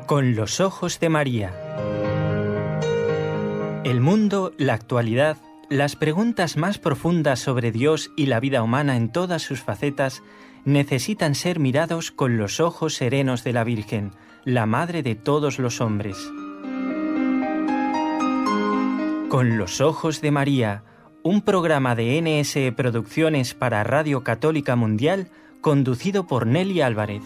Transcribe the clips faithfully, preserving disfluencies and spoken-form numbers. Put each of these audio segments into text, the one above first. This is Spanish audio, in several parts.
Con los ojos de María. El mundo, la actualidad, las preguntas más profundas sobre Dios y la vida humana en todas sus facetas necesitan ser mirados con los ojos serenos de la Virgen, la Madre de todos los hombres. Con los ojos de María, un programa de N S E Producciones para Radio Católica Mundial, conducido por Nelly Álvarez.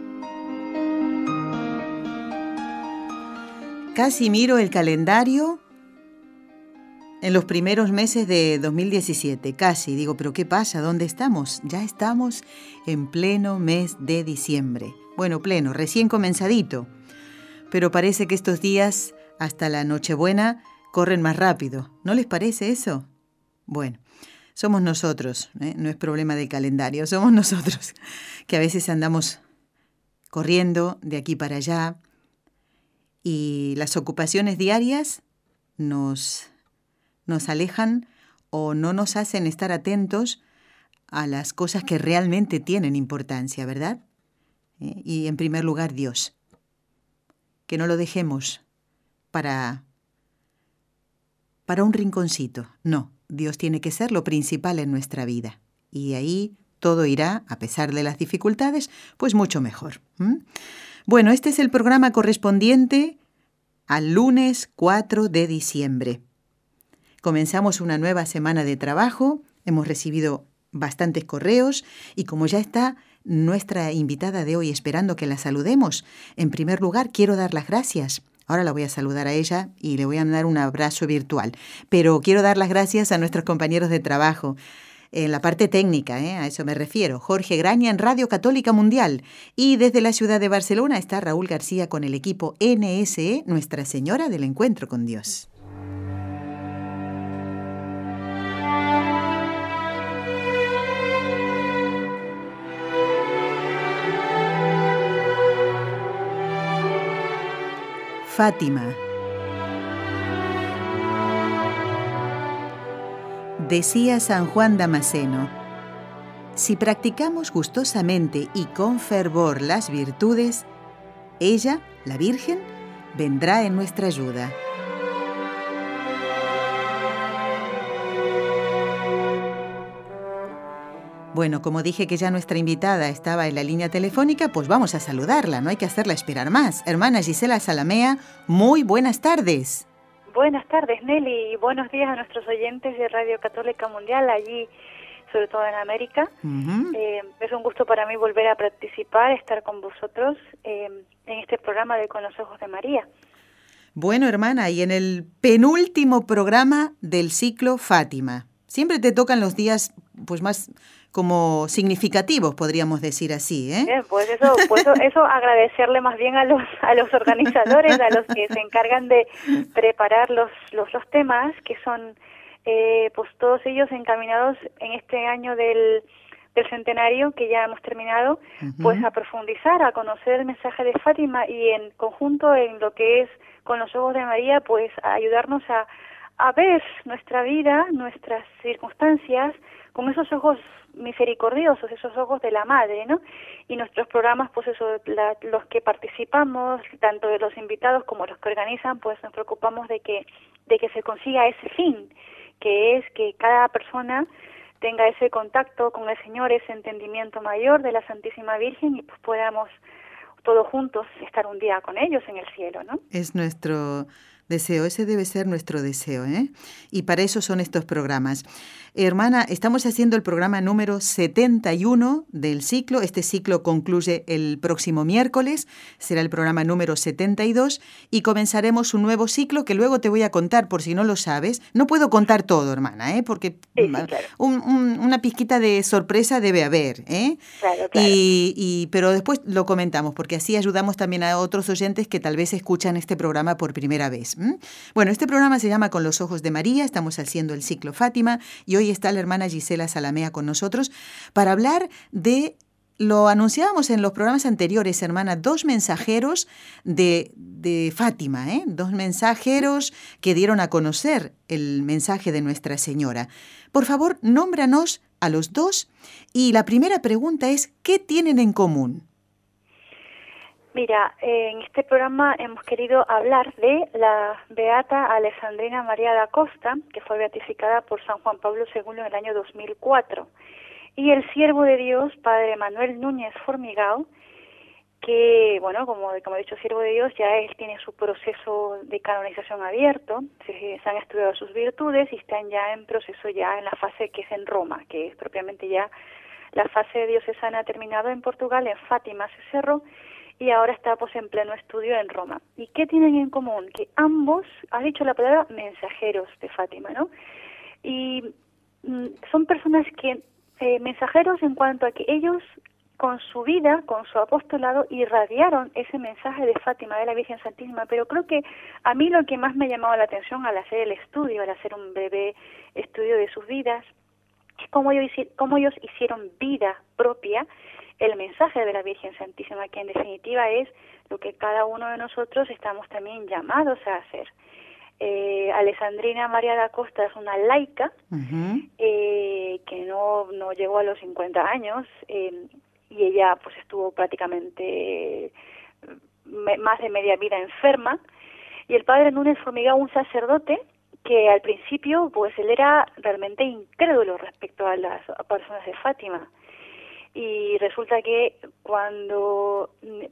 Casi miro el calendario en los primeros meses de dos mil diecisiete, casi. Digo, ¿pero qué pasa? ¿Dónde estamos? Ya estamos en pleno mes de diciembre. Bueno, pleno, recién comenzadito. Pero parece que estos días, hasta la Nochebuena, corren más rápido. ¿No les parece eso? Bueno, somos nosotros, ¿eh? No es problema del calendario, somos nosotros, que a veces andamos corriendo de aquí para allá, y las ocupaciones diarias nos, nos alejan o no nos hacen estar atentos a las cosas que realmente tienen importancia, ¿verdad? ¿Eh? Y en primer lugar, Dios. Que no lo dejemos para, para un rinconcito. No, Dios tiene que ser lo principal en nuestra vida. Y ahí todo irá, a pesar de las dificultades, pues mucho mejor. ¿Mm? Bueno, este es el programa correspondiente al lunes cuatro de diciembre. Comenzamos una nueva semana de trabajo, hemos recibido bastantes correos y como ya está nuestra invitada de hoy esperando que la saludemos, en primer lugar quiero dar las gracias. Ahora la voy a saludar a ella y le voy a dar un abrazo virtual, pero quiero dar las gracias a nuestros compañeros de trabajo. En la parte técnica, ¿eh? A eso me refiero. Jorge Graña en Radio Católica Mundial. Y desde la ciudad de Barcelona está Raúl García con el equipo N S E, Nuestra Señora del Encuentro con Dios. Fátima. Decía San Juan Damasceno, si practicamos gustosamente y con fervor las virtudes, ella, la Virgen, vendrá en nuestra ayuda. Bueno, como dije que ya nuestra invitada estaba en la línea telefónica, pues vamos a saludarla, no hay que hacerla esperar más. Hermana Gisela Salamea, muy buenas tardes. Buenas tardes, Nelly, y buenos días a nuestros oyentes de Radio Católica Mundial, allí, sobre todo en América. Uh-huh. Eh, es un gusto para mí volver a participar, estar con vosotros eh, en este programa de Con los Ojos de María. Bueno, hermana, y en el penúltimo programa del ciclo Fátima. Siempre te tocan los días pues más como significativos, podríamos decir así, ¿eh? Bien, pues eso, pues eso, eso agradecerle más bien a los a los organizadores, a los que se encargan de preparar los los, los temas, que son eh, pues todos ellos encaminados en este año del del centenario que ya hemos terminado, uh-huh. pues a profundizar, a conocer el mensaje de Fátima y en conjunto en lo que es Con los Ojos de María, pues a ayudarnos a a ver nuestra vida, nuestras circunstancias, con esos ojos misericordiosos, esos ojos de la Madre, ¿no? Y nuestros programas, pues eso, la, los que participamos, tanto de los invitados como los que organizan, pues nos preocupamos de que de que se consiga ese fin, que es que cada persona tenga ese contacto con el Señor, ese entendimiento mayor de la Santísima Virgen y pues podamos todos juntos estar un día con ellos en el cielo, ¿no? Es nuestro deseo, ese debe ser nuestro deseo, ¿eh? Y para eso son estos programas. Hermana, estamos haciendo el programa número setenta y uno del ciclo. Este ciclo concluye el próximo miércoles, será el programa número setenta y dos y comenzaremos un nuevo ciclo que luego te voy a contar por si no lo sabes. No puedo contar todo, hermana, ¿eh? Porque sí, sí, claro. un, un, una pizquita de sorpresa debe haber, ¿eh? Claro, claro. Y, y, pero después lo comentamos porque así ayudamos también a otros oyentes que tal vez escuchan este programa por primera vez. ¿Mm? Bueno, este programa se llama Con los Ojos de María, estamos haciendo el ciclo Fátima y hoy está la hermana Gisela Salamea con nosotros para hablar de, lo anunciábamos en los programas anteriores, hermana, dos mensajeros de, de Fátima, ¿eh? Dos mensajeros que dieron a conocer el mensaje de Nuestra Señora. Por favor, nómbranos a los dos y la primera pregunta es, ¿qué tienen en común? Mira, eh, en este programa hemos querido hablar de la beata Alessandrina María da Costa, que fue beatificada por San Juan Pablo segundo en el año dos mil cuatro, y el siervo de Dios, Padre Manuel Núñez Formigao, que, bueno, como, como he dicho, siervo de Dios, ya él tiene su proceso de canonización abierto, se, se han estudiado sus virtudes y están ya en proceso, ya en la fase que es en Roma, que es propiamente ya la fase diocesana ha terminado en Portugal, en Fátima se cerró, y ahora está pues en pleno estudio en Roma. ¿Y qué tienen en común? Que ambos, has dicho la palabra mensajeros de Fátima, ¿no? Y mm, son personas que, eh, mensajeros en cuanto a que ellos con su vida, con su apostolado, irradiaron ese mensaje de Fátima, de la Virgen Santísima, pero creo que a mí lo que más me ha llamado la atención al hacer el estudio, al hacer un breve estudio de sus vidas, es cómo ellos, cómo ellos hicieron vida propia el mensaje de la Virgen Santísima, que en definitiva es lo que cada uno de nosotros estamos también llamados a hacer. Eh, Alessandrina María da Costa es una laica uh-huh. eh, que no, no llegó a los cincuenta años eh, y ella pues estuvo prácticamente me, más de media vida enferma, y el padre Núñez Formigao, un sacerdote que al principio pues él era realmente incrédulo respecto a las personas de Fátima. Y resulta que cuando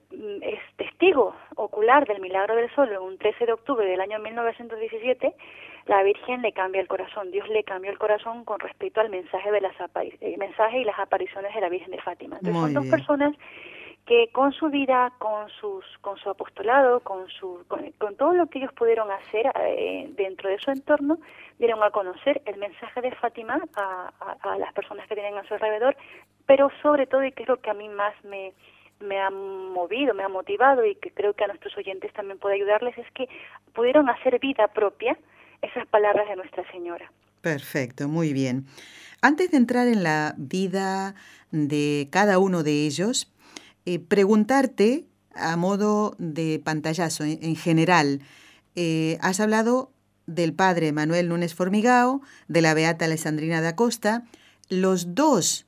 es testigo ocular del milagro del sol, un trece de octubre del año mil novecientos diecisiete, la Virgen le cambia el corazón, Dios le cambió el corazón con respecto al mensaje de las el mensaje y las apariciones de la Virgen de Fátima. Entonces Muy son bien. Dos personas que con su vida, con sus, con su apostolado, con su, con, con todo lo que ellos pudieron hacer eh, dentro de su entorno, dieron a conocer el mensaje de Fátima a, a, a las personas que tienen a su alrededor, pero sobre todo, y que es lo que a mí más me, me ha movido, me ha motivado, y que creo que a nuestros oyentes también puede ayudarles, es que pudieron hacer vida propia esas palabras de Nuestra Señora. Perfecto, muy bien. Antes de entrar en la vida de cada uno de ellos, eh, preguntarte a modo de pantallazo, en, en general, eh, has hablado del padre Manuel Núñez Formigao, de la beata Alessandrina da Costa. Los dos,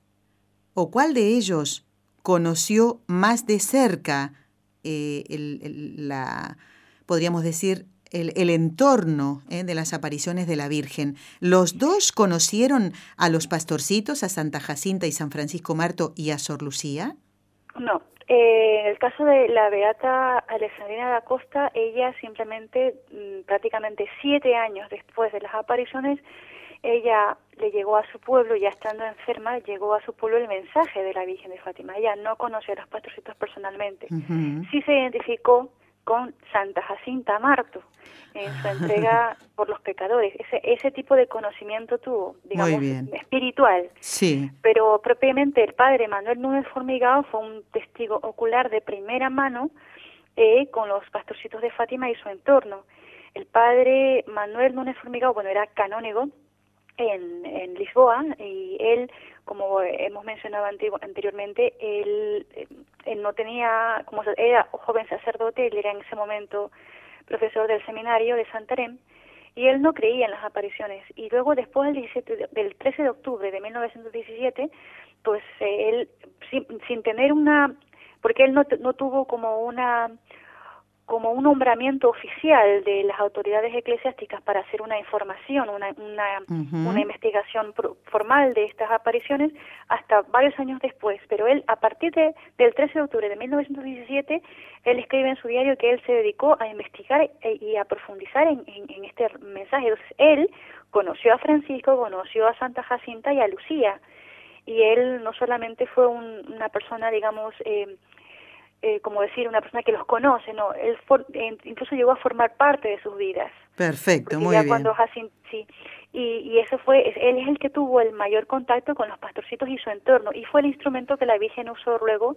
o cuál de ellos conoció más de cerca eh, el, el, la, podríamos decir, el, el entorno eh, de las apariciones de la Virgen. ¿Los dos conocieron a los pastorcitos, a Santa Jacinta y San Francisco Marto y a Sor Lucía? No. Eh, en el caso de la beata Alessandrina da Costa, ella simplemente, mmm, prácticamente siete años después de las apariciones, ella le llegó a su pueblo, ya estando enferma, llegó a su pueblo el mensaje de la Virgen de Fátima. Ella no conoció a los pastorcitos personalmente. Uh-huh. Sí se identificó con Santa Jacinta Marto en su entrega por los pecadores. Ese, ese tipo de conocimiento tuvo, digamos, espiritual. Sí. Pero propiamente el padre Manuel Núñez Formigao fue un testigo ocular de primera mano eh, con los pastorcitos de Fátima y su entorno. El padre Manuel Núñez Formigao, bueno, era canónigo en, en Lisboa, y él, como hemos mencionado anteriormente, él, él no tenía, como era joven sacerdote, él era en ese momento profesor del seminario de Santarém, y él no creía en las apariciones. Y luego, después del, diecisiete, del trece de octubre de mil novecientos diecisiete, pues eh, él, sin, sin tener una, porque él no, no tuvo como una como un nombramiento oficial de las autoridades eclesiásticas para hacer una información, una una, uh-huh. una investigación pro, formal de estas apariciones, hasta varios años después. Pero él, a partir de, del trece de octubre de mil novecientos diecisiete, él escribe en su diario que él se dedicó a investigar e, y a profundizar en, en, en este mensaje. Entonces, él conoció a Francisco, conoció a Santa Jacinta y a Lucía, y él no solamente fue un, una persona, digamos, eh, Eh, como decir, una persona que los conoce, no, él for, eh, incluso llegó a formar parte de sus vidas. Perfecto, Porque muy ya bien. Cuando Jacint, sí, y, y eso fue, él es el que tuvo el mayor contacto con los pastorcitos y su entorno, y fue el instrumento que la Virgen usó luego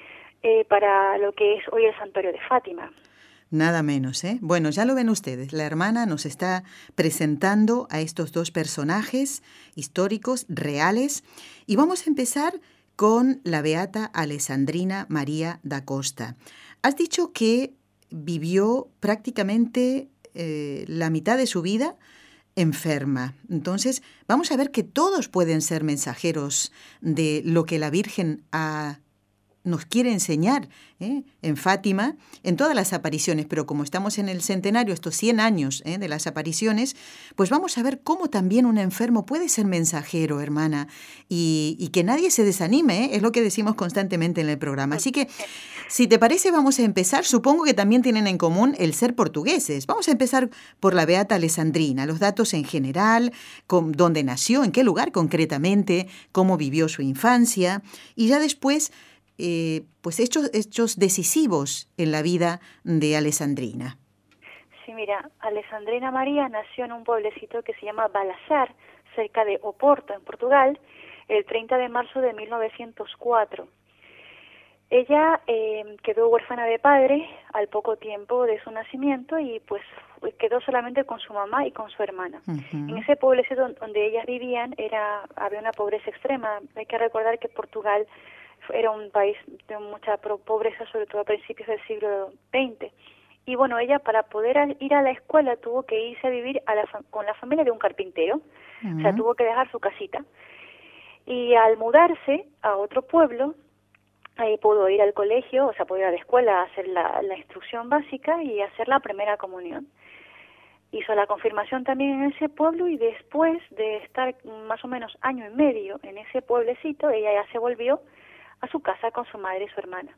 eh, para lo que es hoy el santuario de Fátima. Nada menos, ¿eh? Bueno, ya lo ven ustedes, la hermana nos está presentando a estos dos personajes históricos, reales, y vamos a empezar con la beata Alessandrina María da Costa. Has dicho que vivió prácticamente eh, la mitad de su vida enferma. Entonces, vamos a ver que todos pueden ser mensajeros de lo que la Virgen ha nos quiere enseñar ¿eh? en Fátima, en todas las apariciones, pero como estamos en el centenario, estos cien años ¿eh? de las apariciones, pues vamos a ver cómo también un enfermo puede ser mensajero, hermana, y, y que nadie se desanime, ¿eh? Es lo que decimos constantemente en el programa. Así que, si te parece, vamos a empezar. Supongo que también tienen en común el ser portugueses. Vamos a empezar por la Beata Alessandrina, los datos en general, con, dónde nació, en qué lugar concretamente, cómo vivió su infancia, y ya después... Eh, pues hechos, hechos decisivos en la vida de Alessandrina. Sí, mira, Alessandrina María nació en un pueblecito que se llama Balazar, cerca de Oporto, en Portugal, el treinta de marzo de mil novecientos cuatro. Ella eh, quedó huérfana de padre al poco tiempo de su nacimiento y pues quedó solamente con su mamá y con su hermana. Uh-huh. En ese pueblecito donde ellas vivían era había una pobreza extrema. Hay que recordar que Portugal era un país de mucha pobreza, sobre todo a principios del siglo veinte. Y bueno, ella para poder ir a la escuela tuvo que irse a vivir a la con la familia de un carpintero. Uh-huh. O sea, tuvo que dejar su casita. Y al mudarse a otro pueblo, ahí pudo ir al colegio, o sea, pudo ir a la escuela a hacer la, la instrucción básica y hacer la primera comunión. Hizo la confirmación también en ese pueblo y después de estar más o menos año y medio en ese pueblecito, ella ya se volvió a su casa con su madre y su hermana.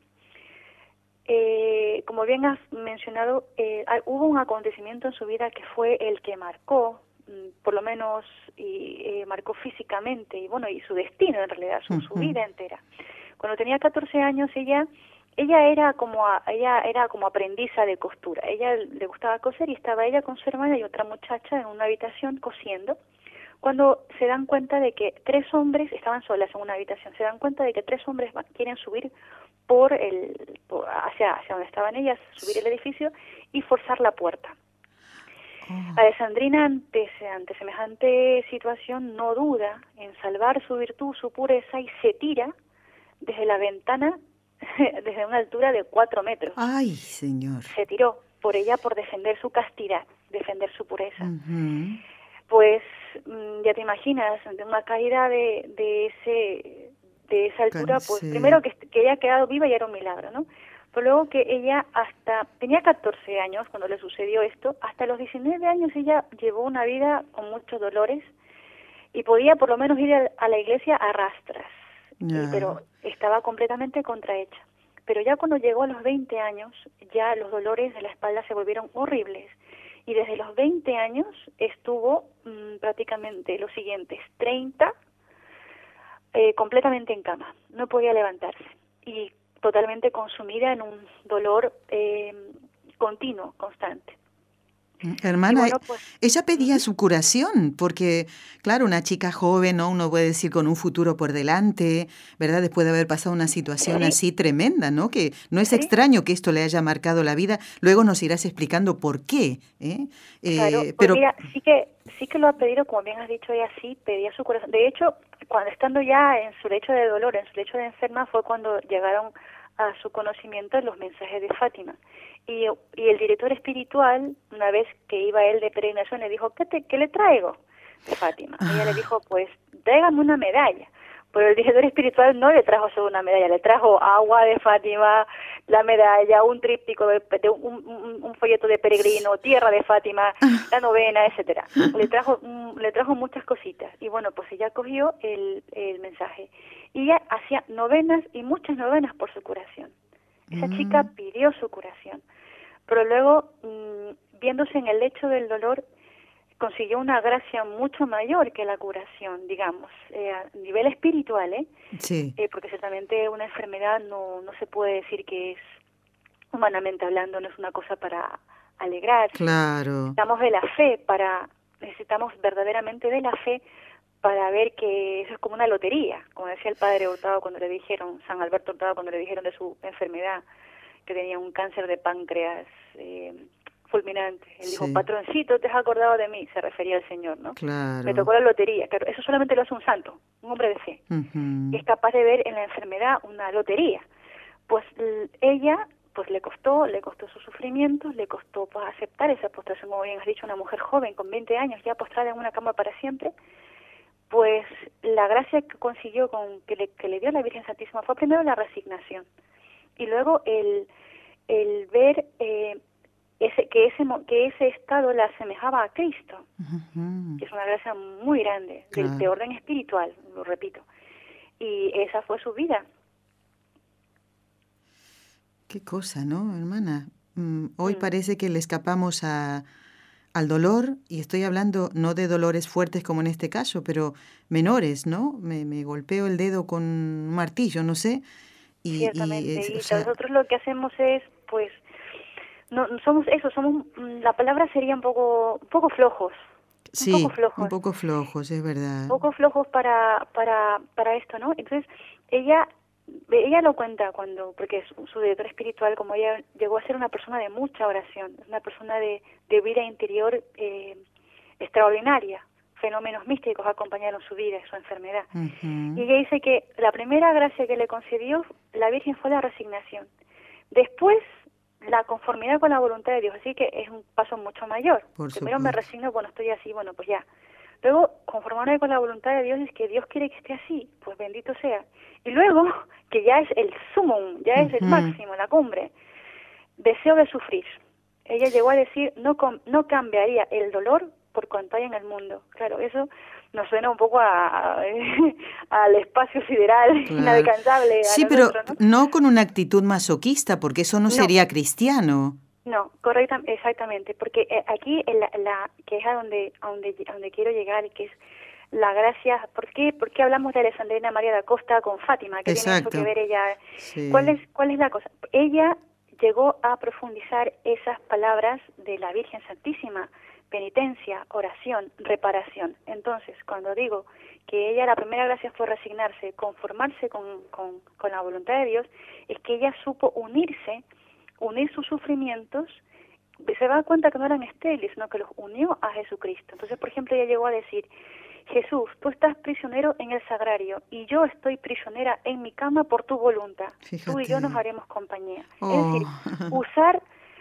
Eh, como bien has mencionado, eh, hubo un acontecimiento en su vida que fue el que marcó, por lo menos, y eh, marcó físicamente, y bueno, y su destino en realidad, su, uh-huh. su vida entera. Cuando tenía catorce años, ella ella era como a, ella era como aprendiza de costura. Ella le gustaba coser y estaba ella con su hermana y otra muchacha en una habitación cosiendo. Cuando se dan cuenta de que tres hombres, estaban solas en una habitación, se dan cuenta de que tres hombres van, quieren subir por el por, hacia, hacia donde estaban ellas, subir el edificio y forzar la puerta. Oh. Alessandrina, ante, ante semejante situación, no duda en salvar su virtud, su pureza, y se tira desde la ventana, desde una altura de cuatro metros. ¡Ay, señor! Se tiró por ella por defender su castidad, defender su pureza. Uh-huh. Pues ya te imaginas, de una caída de, de ese de esa altura, pues sí. Primero que, que ella ha quedado viva ya era un milagro, ¿no? Pero luego que ella hasta, tenía catorce años cuando le sucedió esto, hasta los diecinueve años ella llevó una vida con muchos dolores y podía por lo menos ir a, a la iglesia a rastras, yeah. y, pero estaba completamente contrahecha. Pero ya cuando llegó a los veinte años, ya los dolores de la espalda se volvieron horribles. Y desde los veinte años estuvo mmm, prácticamente los siguientes treinta eh, completamente en cama. No podía levantarse y totalmente consumida en un dolor eh, continuo, constante. Hermana, bueno, pues, ella pedía uh-huh. su curación, porque, claro, una chica joven, ¿no? Uno puede decir con un futuro por delante, ¿verdad? Después de haber pasado una situación sí. así tremenda, ¿no? Que no es sí. extraño que esto le haya marcado la vida. Luego nos irás explicando por qué. ¿eh? Claro, eh, pues pero mira, sí que, sí que lo ha pedido, como bien has dicho, ella sí pedía su curación. De hecho, cuando estando ya en su lecho de dolor, en su lecho de enferma, fue cuando llegaron a su conocimiento los mensajes de Fátima. Y, y el director espiritual, una vez que iba él de peregrinación, le dijo, ¿qué, te, qué le traigo de Fátima? Y ella le dijo, pues, tráigame una medalla. Pero el director espiritual no le trajo solo una medalla, le trajo agua de Fátima, la medalla, un tríptico, de, de un, un, un folleto de peregrino, tierra de Fátima, la novena, etcétera. Le trajo, um, le trajo muchas cositas. Y bueno, pues ella cogió el, el mensaje. Y ella hacía novenas y muchas novenas por su curación. Esa mm. chica pidió su curación. Pero luego, mmm, viéndose en el lecho del dolor, consiguió una gracia mucho mayor que la curación, digamos, eh, a nivel espiritual, ¿eh? Sí. Eh, porque ciertamente una enfermedad no, no se puede decir que es, humanamente hablando, no es una cosa para alegrar. Claro. Necesitamos de la fe para, necesitamos verdaderamente de la fe para ver que eso es como una lotería, como decía el padre Hurtado cuando le dijeron, San Alberto Hurtado cuando le dijeron de su enfermedad, que tenía un cáncer de páncreas eh, fulminante. Él sí. dijo, patroncito, te has acordado de mí, se refería al Señor, ¿no? Claro. Me tocó la lotería. Claro, eso solamente lo hace un santo, un hombre de fe, uh-huh. que es capaz de ver en la enfermedad una lotería. Pues ella, pues le costó, le costó sus sufrimientos, le costó pues aceptar esa postración, como bien has dicho, una mujer joven con veinte años, ya postrada en una cama para siempre, pues la gracia que consiguió, con que le, que le dio la Virgen Santísima, fue primero la resignación y luego el, el ver eh, ese, que, ese, que ese estado la asemejaba a Cristo, uh-huh. que es una gracia muy grande, claro. de, de orden espiritual, lo repito. Y esa fue su vida. Qué cosa, ¿no, hermana? Mm, hoy mm. parece que le escapamos a, al dolor, y estoy hablando no de dolores fuertes como en este caso, pero menores, ¿no? Me, me golpeo el dedo con un martillo, no sé. Y, Ciertamente, y, es, y sea... nosotros lo que hacemos es, pues, no somos eso, somos, la palabra sería un poco, un poco flojos. Sí, un poco flojos. un poco flojos, es verdad. Un poco flojos para, para, para esto, ¿no? Entonces, ella... Ella lo cuenta cuando, porque su, su directora espiritual, como ella llegó a ser una persona de mucha oración, una persona de, de vida interior eh, extraordinaria, fenómenos místicos acompañaron su vida y su enfermedad. Uh-huh. Y ella dice que la primera gracia que le concedió la Virgen fue la resignación. Después, la conformidad con la voluntad de Dios, así que es un paso mucho mayor. Por Primero supuesto. Me resigno, bueno, estoy así, bueno, pues ya. Luego, conformarme con la voluntad de Dios es que Dios quiere que esté así, pues bendito sea. Y luego, que ya es el sumum, ya es uh-huh. el máximo, la cumbre, deseo de sufrir. Ella llegó a decir, no com- no cambiaría el dolor por cuanto hay en el mundo. Claro, eso nos suena un poco a, a, al espacio sideral, claro. inalcanzable. Sí, a pero nosotros, ¿no? no con una actitud masoquista, porque eso no, no. sería cristiano. No, correcta, exactamente, porque eh, aquí en la, la que es a donde a donde a donde quiero llegar, que es la gracia. ¿Por qué por qué hablamos de Alessandrina María da Costa con Fátima? ¿Qué Exacto. tiene eso que ver ella? Sí. ¿Cuál es cuál es la cosa? Ella llegó a profundizar esas palabras de la Virgen Santísima: penitencia, oración, reparación. Entonces, cuando digo que ella la primera gracia fue resignarse, conformarse con con, con la voluntad de Dios, es que ella supo unirse unir sus sufrimientos, se da cuenta que no eran estériles, sino que los unió a Jesucristo. Entonces, por ejemplo, ella llegó a decir, Jesús, tú estás prisionero en el sagrario y yo estoy prisionera en mi cama por tu voluntad. Fíjate. Tú y yo nos haremos compañía. Oh. Es decir, usar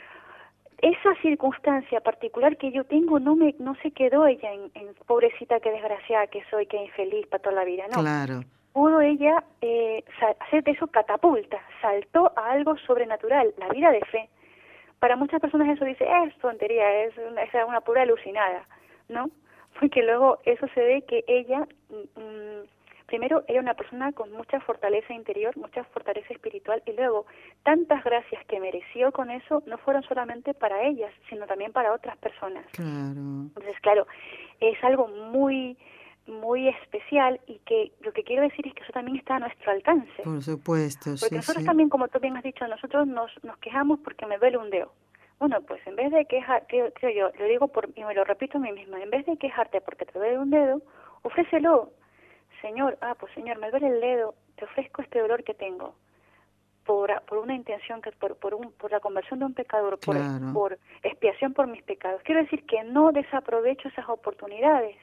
esa circunstancia particular que yo tengo, no me no se quedó ella en, en pobrecita, qué desgraciada que soy, qué infeliz para toda la vida, no. Claro. Pudo ella eh, hacer de eso catapulta, saltó a algo sobrenatural, la vida de fe. Para muchas personas eso dice, eh, es tontería, es una, es una pura alucinada, ¿no? Porque luego eso se ve que ella, mm, primero, era una persona con mucha fortaleza interior, mucha fortaleza espiritual, y luego tantas gracias que mereció con eso no fueron solamente para ellas, sino también para otras personas. Claro. Entonces, claro, es algo muy... muy especial, y que lo que quiero decir es que eso también está a nuestro alcance. Por supuesto, porque sí, nosotros sí. también, como tú bien has dicho, nosotros nos nos quejamos porque me duele un dedo. Bueno, pues en vez de quejar, creo, creo yo, lo digo por, y me lo repito a mí misma, en vez de quejarte porque te duele un dedo, ofrécelo. Señor, ah, pues Señor, me duele el dedo, te ofrezco este dolor que tengo por por una intención, que por por un por la conversión de un pecador, por, claro. por expiación por mis pecados. Quiero decir que no desaprovecho esas oportunidades.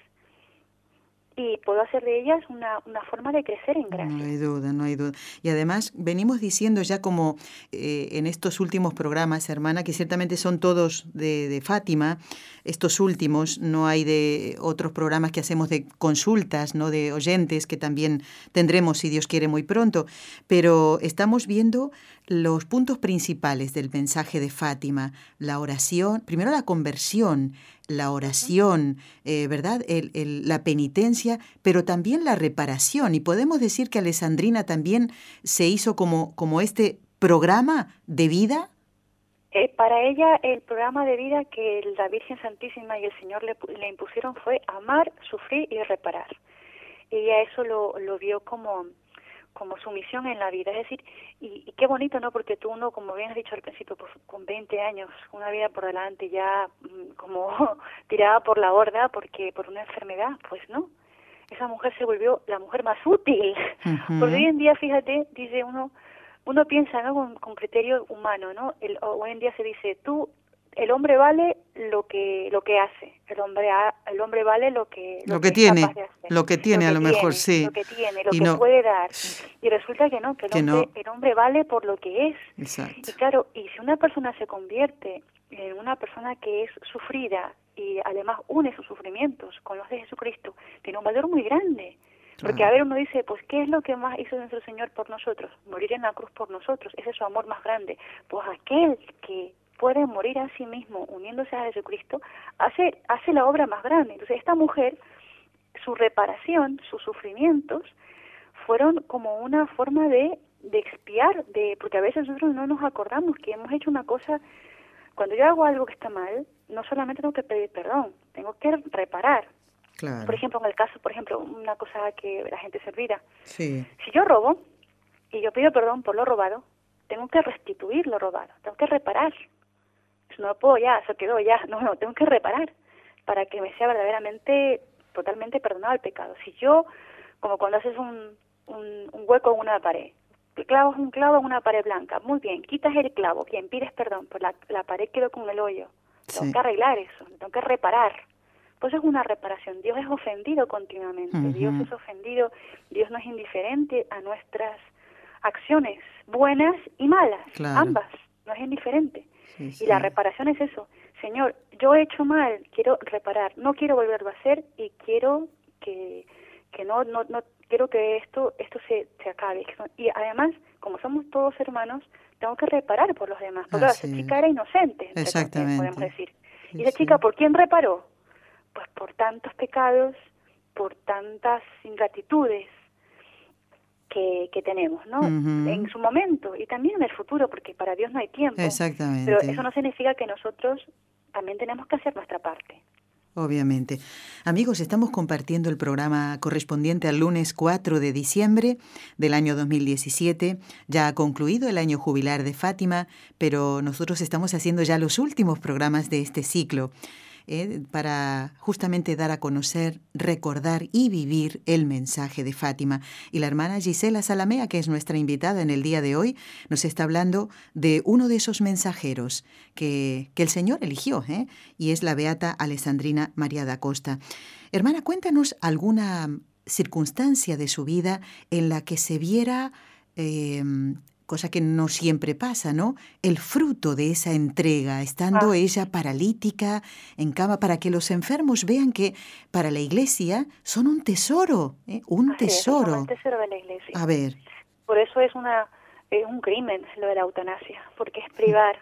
Y puedo hacer de ellas una, una forma de crecer en gracia. No hay duda, no hay duda. Y además venimos diciendo ya como eh, en estos últimos programas, hermana, que ciertamente son todos de, de Fátima, estos últimos, no hay de otros programas que hacemos de consultas, ¿no? De oyentes, que también tendremos, si Dios quiere, muy pronto. Pero estamos viendo los puntos principales del mensaje de Fátima, la oración, primero la conversión, la oración, eh, ¿verdad? El, el, la penitencia, pero también la reparación. Y podemos decir que Alessandrina también se hizo como, como este programa de vida. Eh, para ella, el programa de vida que la Virgen Santísima y el Señor le, le impusieron fue amar, sufrir y reparar. Ella eso lo, lo vio como... como su misión en la vida, es decir, y, y qué bonito, ¿no? Porque tú, uno, como bien has dicho al principio, pues con veinte años, una vida por delante ya mm, como tirada por la borda porque por una enfermedad, pues no. Esa mujer se volvió la mujer más útil. Uh-huh. Porque hoy en día, fíjate, dice uno, uno piensa, ¿no? Con, con criterio humano, ¿no? El, hoy en día se dice, tú el hombre vale lo que lo que hace, el hombre ha, el hombre vale lo que lo, lo que, que tiene, es capaz de hacer, lo que tiene lo a que lo tiene, mejor, sí. lo que tiene, lo y que no, puede dar. Y resulta que no, que el que hombre no. el hombre vale por lo que es. Exacto. Y claro, y si una persona se convierte en una persona que es sufrida y además une sus sufrimientos con los de Jesucristo, tiene un valor muy grande. Porque Claro. a ver, uno dice, pues ¿qué es lo que más hizo nuestro Señor por nosotros? Morir en la cruz por nosotros, ese es su amor más grande. Pues aquel que puede morir a sí mismo uniéndose a Jesucristo, hace, hace la obra más grande. Entonces esta mujer, su reparación, sus sufrimientos, fueron como una forma de, de expiar, de porque a veces nosotros no nos acordamos que hemos hecho una cosa. Cuando yo hago algo que está mal, no solamente tengo que pedir perdón, tengo que reparar. Claro. Por ejemplo, en el caso, por ejemplo, una cosa que la gente se olvida. Sí. Si yo robo y yo pido perdón por lo robado, tengo que restituir lo robado, tengo que reparar. Eso no puedo ya, eso quedó ya, no, no, tengo que reparar para que me sea verdaderamente, totalmente perdonado el pecado. Si yo, como cuando haces un, un, un hueco en una pared, clavas un clavo en una pared blanca, muy bien, quitas el clavo, bien, pides perdón, pues la, la pared quedó con el hoyo. Tengo Sí. que arreglar eso, tengo que reparar. Pues es una reparación. Dios es ofendido continuamente. Uh-huh. Dios es ofendido. Dios no es indiferente a nuestras acciones, buenas y malas, Claro. ambas. No es indiferente. Sí, sí. Y la reparación es eso. Señor, yo he hecho mal, quiero reparar. No quiero volverlo a hacer y quiero que, que no, no, no, quiero que esto, esto se, se acabe. Y además, como somos todos hermanos, tengo que reparar por los demás. Porque Así esa es. chica era inocente, Exactamente. podemos decir. Sí, y esa sí. chica, ¿por quién reparó? Pues por tantos pecados, por tantas ingratitudes que, que tenemos, ¿no? Uh-huh. En su momento y también en el futuro, porque para Dios no hay tiempo. Exactamente. Pero eso no significa que nosotros también tenemos que hacer nuestra parte. Obviamente. Amigos, estamos compartiendo el programa correspondiente al lunes cuatro de diciembre del año dos mil diecisiete. Ya ha concluido el año jubilar de Fátima, pero nosotros estamos haciendo ya los últimos programas de este ciclo. Eh, para justamente dar a conocer, recordar y vivir el mensaje de Fátima. Y la hermana Gisela Salamea, que es nuestra invitada en el día de hoy, nos está hablando de uno de esos mensajeros que, que el Señor eligió, ¿eh? y es la beata Alessandrina María da Costa. Hermana, cuéntanos alguna circunstancia de su vida en la que se viera... Eh, cosa que no siempre pasa, ¿no? El fruto de esa entrega, estando Ah. ella paralítica, en cama, para que los enfermos vean que para la Iglesia son un tesoro, ¿eh? un Así tesoro. Es, son un tesoro de la Iglesia. A ver. Por eso es, una, es un crimen lo de la eutanasia, porque es privar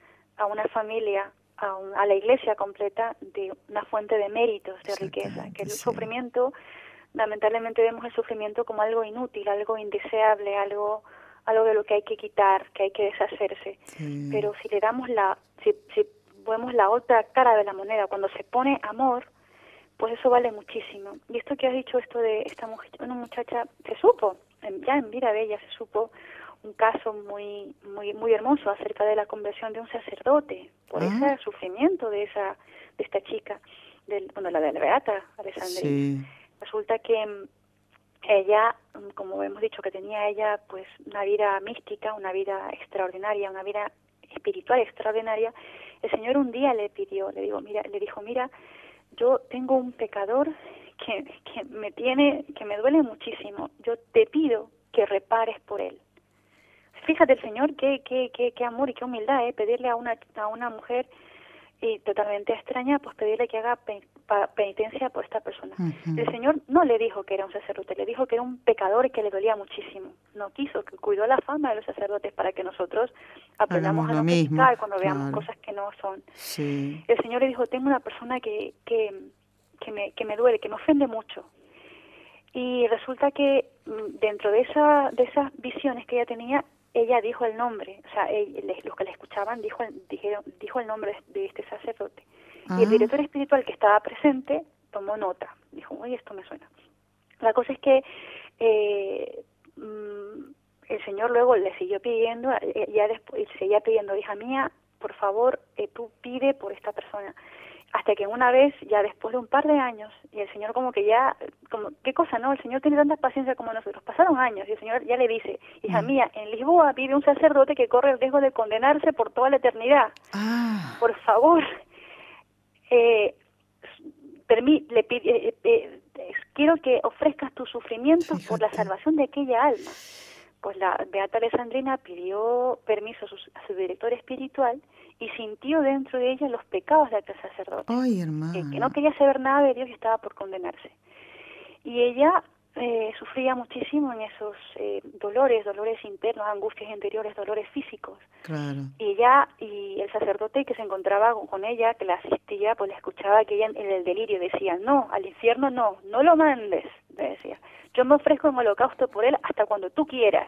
a una familia, a, un, a la Iglesia completa, de una fuente de méritos, de riqueza, que el sí. sufrimiento, lamentablemente vemos el sufrimiento como algo inútil, algo indeseable, algo... algo de lo que hay que quitar, que hay que deshacerse. Sí. Pero si le damos la, si, si vemos la otra cara de la moneda, cuando se pone amor, pues eso vale muchísimo. Y esto que has dicho, esto de esta mujer, una muchacha, se supo, ya en vida de ella se supo un caso muy, muy, muy hermoso acerca de la conversión de un sacerdote, por ah. ese sufrimiento de esa, de esta chica, del, bueno, la de la beata Alessandrina. Sí. Resulta que ella, como hemos dicho, que tenía ella pues una vida mística, una vida extraordinaria, una vida espiritual extraordinaria. El Señor un día le pidió, le digo, mira, le dijo, mira, yo tengo un pecador que, que me tiene, que me duele muchísimo. Yo te pido que repares por él. Fíjate el Señor qué qué qué qué amor y qué humildad, eh, pedirle a una a una mujer y totalmente extraña, pues pedirle que haga penitencia por esta persona. Uh-huh. El Señor no le dijo que era un sacerdote, le dijo que era un pecador y que le dolía muchísimo. No quiso, que cuidó la fama de los sacerdotes para que nosotros aprendamos a no criticar cuando claro. veamos cosas que no son. Sí. El Señor le dijo, tengo una persona que, que, que, me, que me duele, que me ofende mucho. Y resulta que dentro de, esa, de esas visiones que ella tenía, ella dijo el nombre, o sea, ella, los que la escuchaban dijo, dijeron, dijo el nombre de, de este sacerdote. Ah. Y el director espiritual que estaba presente tomó nota, dijo, oye, esto me suena. La cosa es que eh, el Señor luego le siguió pidiendo, ya después seguía pidiendo, hija mía, por favor, eh, tú pide por esta persona. hasta que una vez, ya después de un par de años, y el Señor como que ya, como qué cosa, ¿no? El Señor tiene tanta paciencia como nosotros. Pasaron años y el Señor ya le dice, hija Mm. mía, en Lisboa vive un sacerdote que corre el riesgo de condenarse por toda la eternidad. Ah, Por favor, eh, permi- le pide, eh, eh, eh, quiero que ofrezcas tus sufrimientos por la Fíjate. salvación de aquella alma. Pues la Beata Alessandrina pidió permiso a su, a su director espiritual y sintió dentro de ella los pecados de aquel sacerdote, ay, eh, hermana. que no quería saber nada de Dios y estaba por condenarse. Y ella eh, sufría muchísimo en esos eh, dolores, dolores internos, angustias interiores, dolores físicos. Claro. Y ella, y el sacerdote que se encontraba con, con ella, que la asistía, pues le escuchaba que ella en, en el delirio decía, no, al infierno no, no lo mandes, le decía. Yo me ofrezco en holocausto por él hasta cuando tú quieras.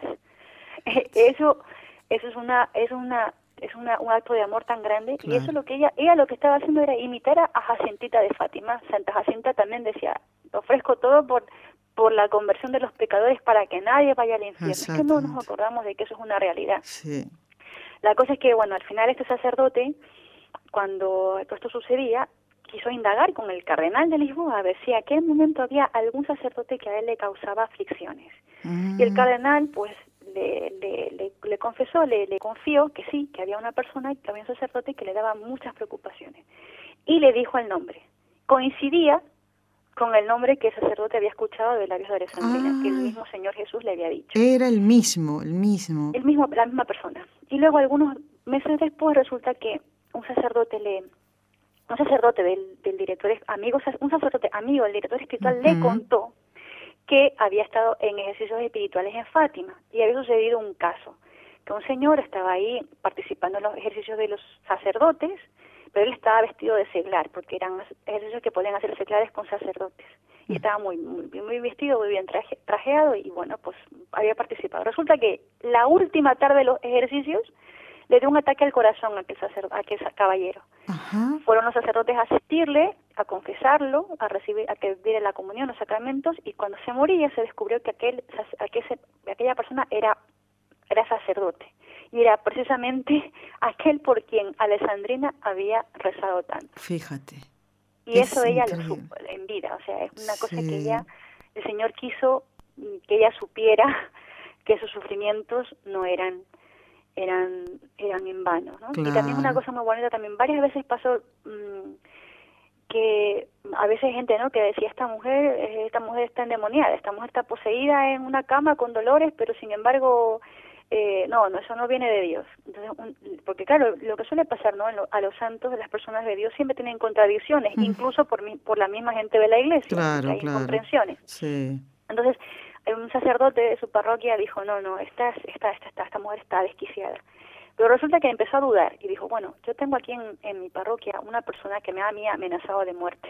Eso, eso es una, es una, es una, un acto de amor tan grande. Claro. Y eso es lo que ella, ella lo que estaba haciendo era imitar a, a Jacintita de Fátima. Santa Jacinta también decía, ofrezco todo por, por la conversión de los pecadores para que nadie vaya al infierno. Es que no nos Exactamente. acordamos de que eso es una realidad. Sí. La cosa es que, bueno, al final este sacerdote, cuando esto sucedía, quiso indagar con el cardenal de Lisboa a ver si en aquel momento había algún sacerdote que a él le causaba aflicciones. Mm. Y el cardenal, pues, le, le, le, le confesó, le, le confió que sí, que había una persona, que había un sacerdote que le daba muchas preocupaciones. Y le dijo el nombre. Coincidía con el nombre que el sacerdote había escuchado de labios de Alessandrina, que el Ay. mismo Señor Jesús le había dicho. Era el mismo, el mismo. El mismo, la misma persona. Y luego algunos meses después resulta que un sacerdote le, un sacerdote del, del director, amigo, un sacerdote amigo del director espiritual le Ujú. contó que había estado en ejercicios espirituales en Fátima y había sucedido un caso, que un señor estaba ahí participando en los ejercicios de los sacerdotes, pero él estaba vestido de seglar, porque eran ejercicios que podían hacer seglares con sacerdotes. Y estaba muy, muy, muy vestido, muy bien traje, trajeado, y bueno, pues había participado. Resulta que la última tarde de los ejercicios le dio un ataque al corazón a aquel, sacer, a aquel caballero. Ajá. Fueron los sacerdotes a asistirle, a confesarlo, a recibir, a que diera la comunión, los sacramentos, y cuando se moría se descubrió que aquel, aquel aquella persona era, era sacerdote. Y era precisamente aquel por quien Alessandrina había rezado tanto. Fíjate. Y Es eso ella increíble. lo supo en vida, o sea, es una cosa Sí. que ella, el Señor quiso que ella supiera que sus sufrimientos no eran eran eran en vano, ¿no? Claro. Y también una cosa muy bonita, también varias veces pasó mmm, que a veces hay gente, ¿no?, que decía, esta mujer esta mujer está endemoniada, esta mujer está poseída en una cama con dolores, pero sin embargo Eh, no, no, eso no viene de Dios. Entonces, un, porque claro, lo que suele pasar, ¿no?, lo, a los santos, a las personas de Dios, siempre tienen contradicciones, mm. incluso por, mi, por la misma gente de la iglesia, claro, hay claro. incomprensiones. Sí. Entonces, un sacerdote de su parroquia dijo, no, no, esta, esta, esta, esta, esta mujer está desquiciada. Pero resulta que empezó a dudar y dijo, bueno, yo tengo aquí en, en mi parroquia una persona que me ha a mí amenazado de muerte.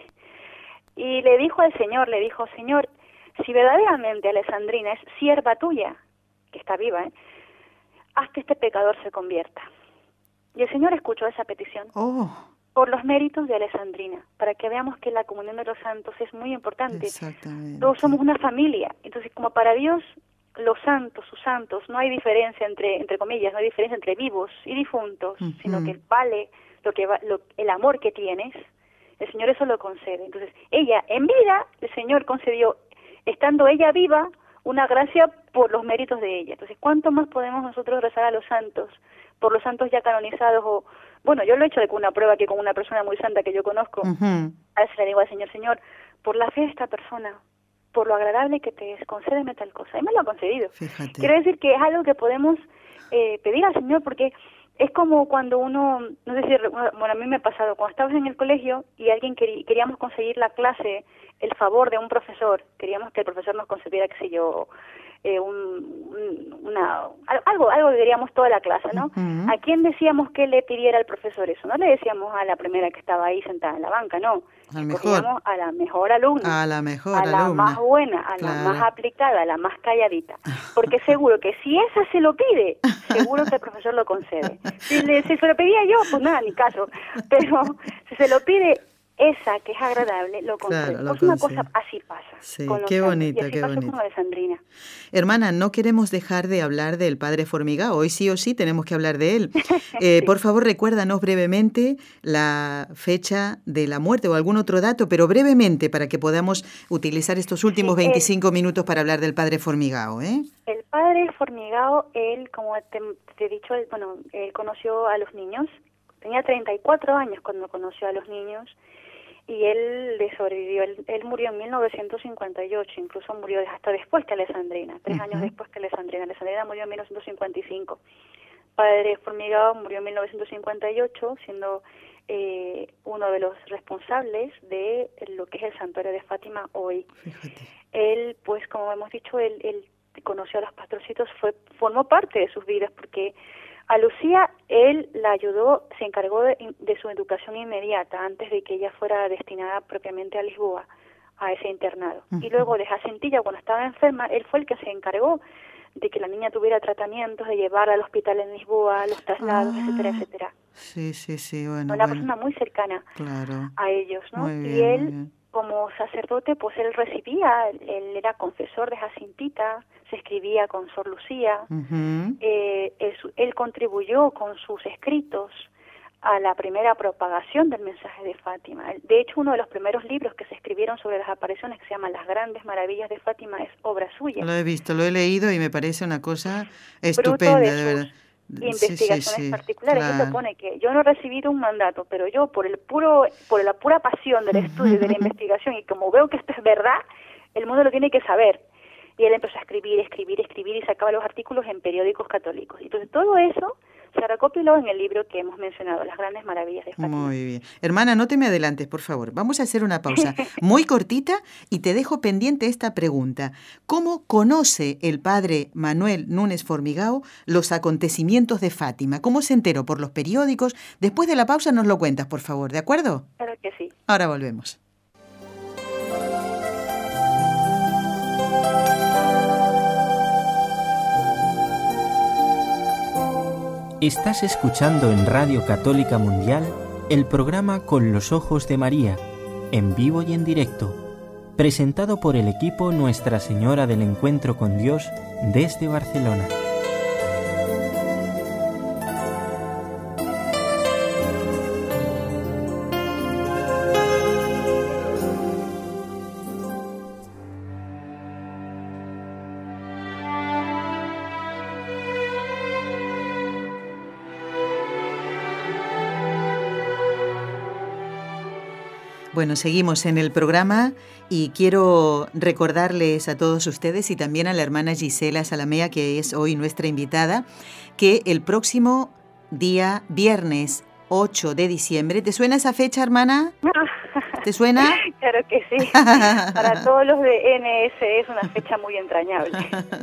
Y le dijo al Señor, le dijo, Señor, si verdaderamente Alessandrina es sierva tuya, que está viva, ¿eh?, haz que este pecador se convierta. Y el Señor escuchó esa petición. Oh. Por los méritos de Alessandrina, para que veamos que la comunión de los santos es muy importante. Exactamente. Todos somos una familia. Entonces, como para Dios, los santos, sus santos, no hay diferencia entre, entre comillas, no hay diferencia entre vivos y difuntos, uh-huh. sino que vale lo que va, lo, el amor que tienes, el Señor eso lo concede. Entonces, ella, en vida, el Señor concedió, estando ella viva, una gracia por los méritos de ella. Entonces, ¿cuánto más podemos nosotros rezar a los santos, por los santos ya canonizados? O bueno, yo lo he hecho de una prueba que con una persona muy santa que yo conozco, uh-huh. a veces le digo al Señor, Señor, por la fe de esta persona, por lo agradable que te es, concédeme tal cosa. Y me lo ha concedido. Fíjate. Quiero decir que es algo que podemos eh, pedir al Señor, porque es como cuando uno, no sé si, bueno, a mí me ha pasado, cuando estabas en el colegio y alguien quería, queríamos conseguir la clase, el favor de un profesor, queríamos que el profesor nos concediera, qué sé yo, eh, un, un, una, algo, algo que queríamos toda la clase, ¿no? Uh-huh. ¿A quién decíamos que le pidiera al profesor eso? No le decíamos a la primera que estaba ahí sentada en la banca, no. Al mejor. A la mejor alumna. A la mejor a alumna. A la más buena, a claro. la más aplicada, a la más calladita. Porque seguro que si esa se lo pide, seguro que el profesor lo concede. Si, le, si se lo pedía yo, pues nada, ni caso. Pero si se lo pide esa que es agradable, lo conservo. Claro, lo Pues una conservo. cosa así pasa. Sí, con los qué años, bonito, y así qué pasó bonito. con Alessandrina. Hermana, no queremos dejar de hablar del padre Formigao. Hoy sí o sí tenemos que hablar de él. Eh, Sí. Por favor, recuérdanos brevemente la fecha de la muerte o algún otro dato, pero brevemente para que podamos utilizar estos últimos Sí, él- veinticinco minutos para hablar del padre Formigao, ¿eh? El padre Formigao, él, como te, te he dicho, él, bueno, él conoció a los niños. Tenía treinta y cuatro años cuando conoció a los niños y él le sobrevivió. Él, él murió en mil novecientos cincuenta y ocho, incluso murió hasta después que Alessandrina, tres Ujú. años después que Alessandrina. Alessandrina murió en mil novecientos cincuenta y cinco. Padre Formigao murió en mil novecientos cincuenta y ocho, siendo eh, uno de los responsables de lo que es el santuario de Fátima hoy. Fíjate. Él, pues como hemos dicho, él, él conoció a los pastorcitos, fue formó parte de sus vidas, porque a Lucía él la ayudó, se encargó de, de su educación inmediata antes de que ella fuera destinada propiamente a Lisboa, a ese internado. Ujú. Y luego de Jacintilla, cuando estaba enferma, él fue el que se encargó de que la niña tuviera tratamientos, de llevarla al hospital en Lisboa, los traslados, Ah, etcétera, etcétera. Sí, sí, sí, bueno, Una bueno. persona muy cercana Claro. a ellos, ¿no? Muy Y bien, muy él, bien. como sacerdote, pues él recibía, él, él era confesor de Jacintita, se escribía con Sor Lucía, Ujú. eh, él, su- él contribuyó con sus escritos a la primera propagación del mensaje de Fátima. De hecho, uno de los primeros libros que se escribieron sobre las apariciones, que se llama Las Grandes Maravillas de Fátima, es obra suya, Lo he visto, lo he leído y me parece una cosa fruto de estupenda, de verdad. sus Sí, sí, investigaciones sí, particulares. Él lo claro. pone que yo no he recibido un mandato, pero yo por el puro, por la pura pasión del estudio y de la investigación, y como veo que esto es verdad, el mundo lo tiene que saber. Y él empezó a escribir, escribir, escribir y sacaba los artículos en periódicos católicos. Entonces todo eso se recopiló en el libro que hemos mencionado, Las Grandes Maravillas de Fátima. Muy bien. Hermana, no te me adelantes, por favor. Vamos a hacer una pausa muy cortita y te dejo pendiente esta pregunta. ¿Cómo conoce el padre Manuel Núñez Formigao los acontecimientos de Fátima? ¿Cómo se enteró? ¿Por los periódicos? Después de la pausa nos lo cuentas, por favor, ¿de acuerdo? Claro que sí. Ahora volvemos. Estás escuchando en Radio Católica Mundial el programa Con los Ojos de María, en vivo y en directo, presentado por el equipo Nuestra Señora del Encuentro con Dios desde Barcelona. Bueno, seguimos en el programa y quiero recordarles a todos ustedes y también a la hermana Gisela Salamea, que es hoy nuestra invitada, que el próximo día, viernes ocho de diciembre, ¿te suena esa fecha, hermana? ¿Te suena? Claro que sí. Para todos los de N S es una fecha muy entrañable.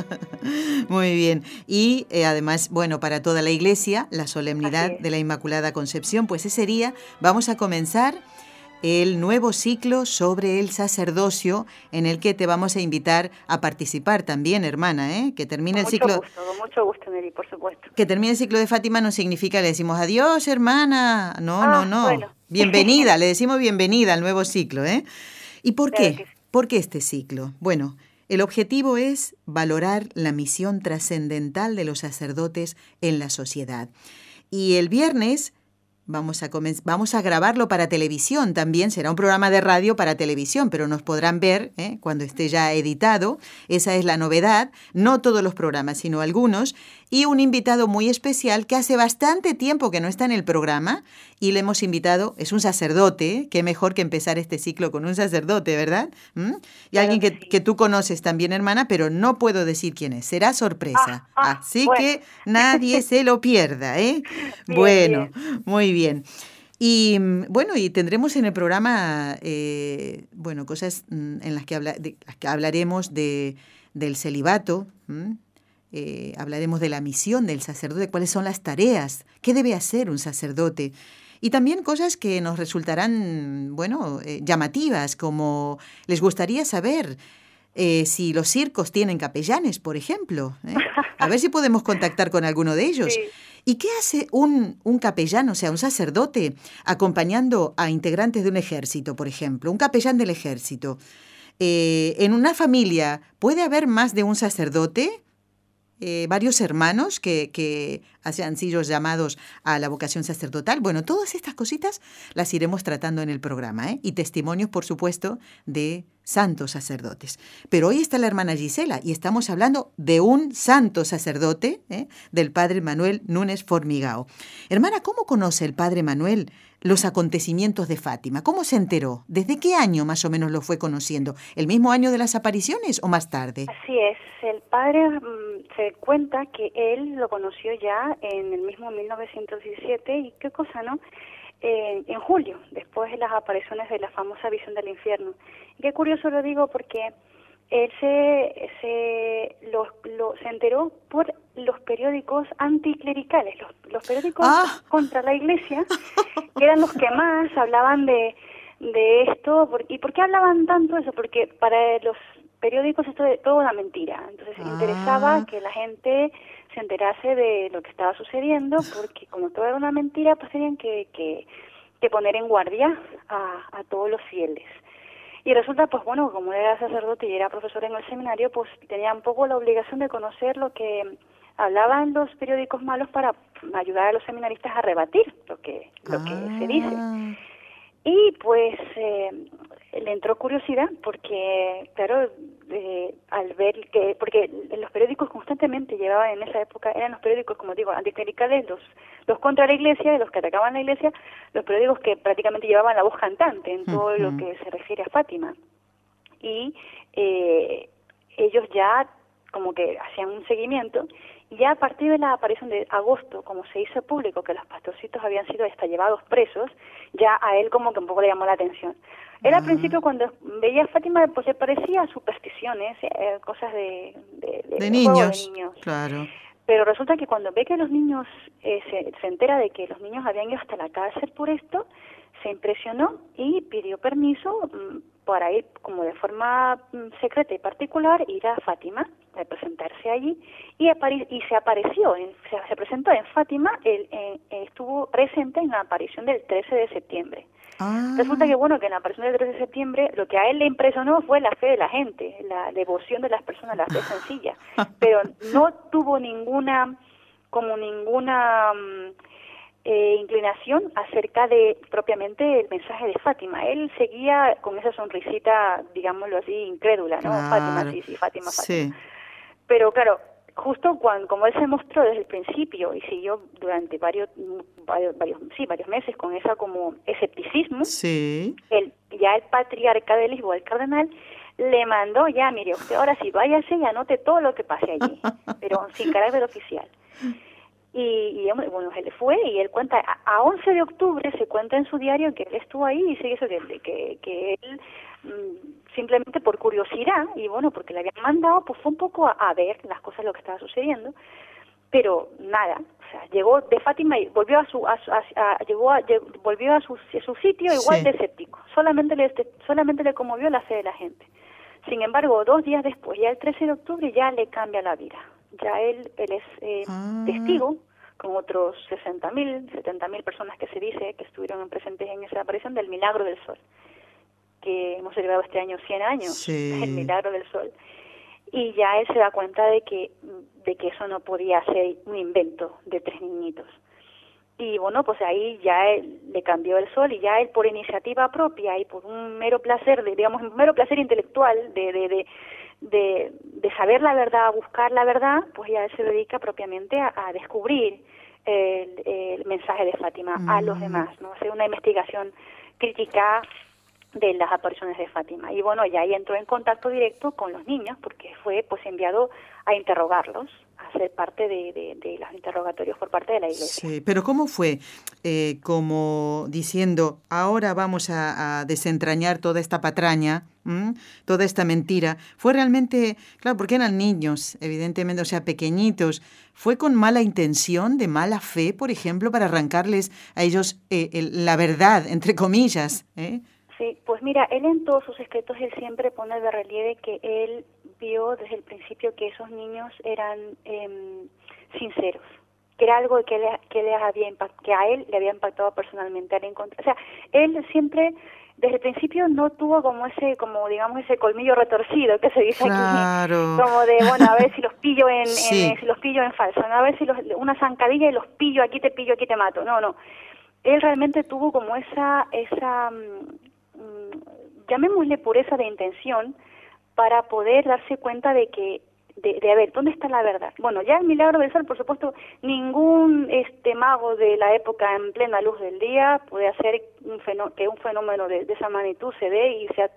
Muy bien. Y eh, además, bueno, para toda la Iglesia, la solemnidad Así es. de la Inmaculada Concepción, pues ese día vamos a comenzar el nuevo ciclo sobre el sacerdocio, en el que te vamos a invitar a participar también, hermana, ¿eh? Que termine Con el mucho ciclo. gusto, con mucho gusto, Neri, por supuesto. Que termine el ciclo de Fátima no significa le decimos adiós, hermana. No, Ah, no, no. bueno. Bienvenida, le decimos bienvenida al nuevo ciclo, ¿eh? ¿Y por Claro qué? que sí. ¿Por qué este ciclo? Bueno, el objetivo es valorar la misión trascendental de los sacerdotes en la sociedad. Y el viernes vamos a, comen- vamos a grabarlo para televisión también, será un programa de radio para televisión, pero nos podrán ver ¿eh? cuando esté ya editado. Esa es la novedad, no todos los programas, sino algunos, y un invitado muy especial que hace bastante tiempo que no está en el programa y le hemos invitado, es un sacerdote, ¿eh? Qué mejor que empezar este ciclo con un sacerdote, ¿verdad? ¿Mm? Y Claro alguien que, que sí. que tú conoces también, hermana, pero no puedo decir quién es, será sorpresa. Ah, ah, Así bueno. que nadie se lo pierda, ¿eh? Bien, bueno, bien. muy bien. Y mm, bueno, y tendremos en el programa, eh, bueno, cosas mm, en las que, habla, de, las que hablaremos de, del celibato, ¿m? Eh, hablaremos de la misión del sacerdote, cuáles son las tareas, qué debe hacer un sacerdote. Y también cosas que nos resultarán, bueno, eh, llamativas, como les gustaría saber eh, si los circos tienen capellanes, por ejemplo. ¿eh? A ver si podemos contactar con alguno de ellos. Sí. ¿Y qué hace un, un capellán, o sea, un sacerdote, acompañando a integrantes de un ejército, por ejemplo? Un capellán del ejército. Eh, en una familia, ¿puede haber más de un sacerdote? Eh, varios hermanos que, que hayan sido llamados a la vocación sacerdotal. Bueno, todas estas cositas las iremos tratando en el programa, ¿eh? Y testimonios, por supuesto, de santos sacerdotes. Pero hoy está la hermana Gisela y estamos hablando de un santo sacerdote, ¿eh? Del padre Manuel Núñez Formigao. Hermana, ¿cómo conoce el padre Manuel los acontecimientos de Fátima? ¿Cómo se enteró? ¿Desde qué año más o menos lo fue conociendo? ¿El mismo año de las apariciones o más tarde? Así es. El padre mmm, se cuenta que él lo conoció ya en el mismo mil novecientos diecisiete y qué cosa, ¿no? Eh, en julio, después de las apariciones de la famosa visión del infierno. Y qué curioso lo digo porque él se, se, lo, lo, se enteró por los periódicos anticlericales, los, los periódicos ah. contra la Iglesia, que eran los que más hablaban de, de esto. ¿Y por qué hablaban tanto de eso? Porque para los periódicos esto es toda una mentira. Entonces ah. interesaba que la gente se enterase de lo que estaba sucediendo, porque como todo era una mentira, pues tenían que, que, que poner en guardia a, a todos los fieles. Y resulta, pues bueno, como era sacerdote y era profesor en el seminario, pues tenía un poco la obligación de conocer lo que hablaban los periódicos malos para ayudar a los seminaristas a rebatir lo que, lo ah. que se dice. Y pues eh, le entró curiosidad porque, claro, eh, al ver que, porque los periódicos constantemente llevaban en esa época, eran los periódicos, como digo, anticlericales, los, los contra la Iglesia, los que atacaban la Iglesia, los periódicos que prácticamente llevaban la voz cantante en todo uh-huh. lo que se refiere a Fátima. Y eh, ellos ya como que hacían un seguimiento. Y ya a partir de la aparición de agosto, como se hizo público que los pastorcitos habían sido hasta llevados presos, ya a él como que un poco le llamó la atención. Él ah. al principio cuando veía a Fátima pues le parecía supersticiones, eh, cosas de, de, de, de, niños, de niños. Claro. Pero resulta que cuando ve que los niños, eh, se, se entera de que los niños habían ido hasta la cárcel por esto, se impresionó y pidió permiso mmm, para ir como de forma mmm, secreta y particular, ir a Fátima, a presentarse allí, y, apare- y se apareció, en, se, se presentó en Fátima, él, eh, estuvo presente en la aparición del trece de septiembre. Ah. Resulta que, bueno, que en la aparición del trece de septiembre, lo que a él le impresionó fue la fe de la gente, la devoción de las personas, la fe sencilla, pero no tuvo ninguna, como ninguna... Um, Eh, inclinación acerca de propiamente el mensaje de Fátima. Él seguía con esa sonrisita, digámoslo así, incrédula, ¿no? Claro. Fátima, sí, sí, Fátima, Fátima. Sí. Pero claro, justo cuando, como él se mostró desde el principio y siguió durante varios, varios, varios sí, varios meses con esa como escepticismo, sí. el, ya el patriarca de Lisboa, el cardenal, le mandó ya, mire, usted ahora sí, váyase y anote todo lo que pase allí, pero sin carácter oficial. Y, y bueno, él fue y él cuenta, a, a once de octubre se cuenta en su diario que él estuvo ahí y dice eso, que, que, que él mmm, simplemente por curiosidad, y bueno, porque le habían mandado, pues fue un poco a, a ver las cosas, lo que estaba sucediendo, pero nada, o sea, llegó de Fátima y volvió a su, a, a, a llegó a, llegó, volvió a su, a su sitio igual sí. de escéptico, solamente le, solamente le conmovió la fe de la gente. Sin embargo, dos días después, ya el trece de octubre, ya le cambia la vida. Ya él, él es eh, ah. testigo, con otros sesenta mil, setenta mil personas que se dice que estuvieron presentes en esa aparición del Milagro del Sol, que hemos celebrado este año cien años, sí. el Milagro del Sol. Y ya él se da cuenta de que, de que eso no podía ser un invento de tres niñitos. Y bueno, pues ahí ya él le cambió el sol y ya él por iniciativa propia y por un mero placer, de, digamos, un mero placer intelectual de... de, de De, de saber la verdad, buscar la verdad, pues ya él se dedica propiamente a, a descubrir el, el mensaje de Fátima mm. a los demás, ¿no? Hacer una investigación crítica de las apariciones de Fátima. Y bueno, ya ahí entró en contacto directo con los niños, porque fue pues enviado a interrogarlos, a ser parte de, de, de los interrogatorios por parte de la Iglesia. Sí, pero ¿cómo fue? Eh, como diciendo, ahora vamos a, a desentrañar toda esta patraña, ¿m? toda esta mentira. Fue realmente, claro, porque eran niños, evidentemente, o sea, pequeñitos. ¿Fue con mala intención, de mala fe, por ejemplo, para arrancarles a ellos eh, el, la verdad, entre comillas? ¿eh? Sí, pues mira, él en todos sus escritos, él siempre pone de relieve que él vio desde el principio que esos niños eran eh, sinceros, que era algo que, le, que, le había impact, que a él le había impactado personalmente. Él encontró, o sea, él siempre, desde el principio, no tuvo como ese, como digamos, ese colmillo retorcido que se dice claro. aquí, como de, bueno, a ver si los pillo en, sí. en si los pillo en falso, ¿no? A ver si los, una zancadilla y los pillo, aquí te pillo, aquí te mato. No, no. Él realmente tuvo como esa, esa mmm, llamémosle pureza de intención, para poder darse cuenta de que, de, de a ver, ¿dónde está la verdad? Bueno, ya el milagro del sol, por supuesto, ningún este mago de la época en plena luz del día puede hacer un fenó- que un fenómeno de, de esa magnitud se dé y sea,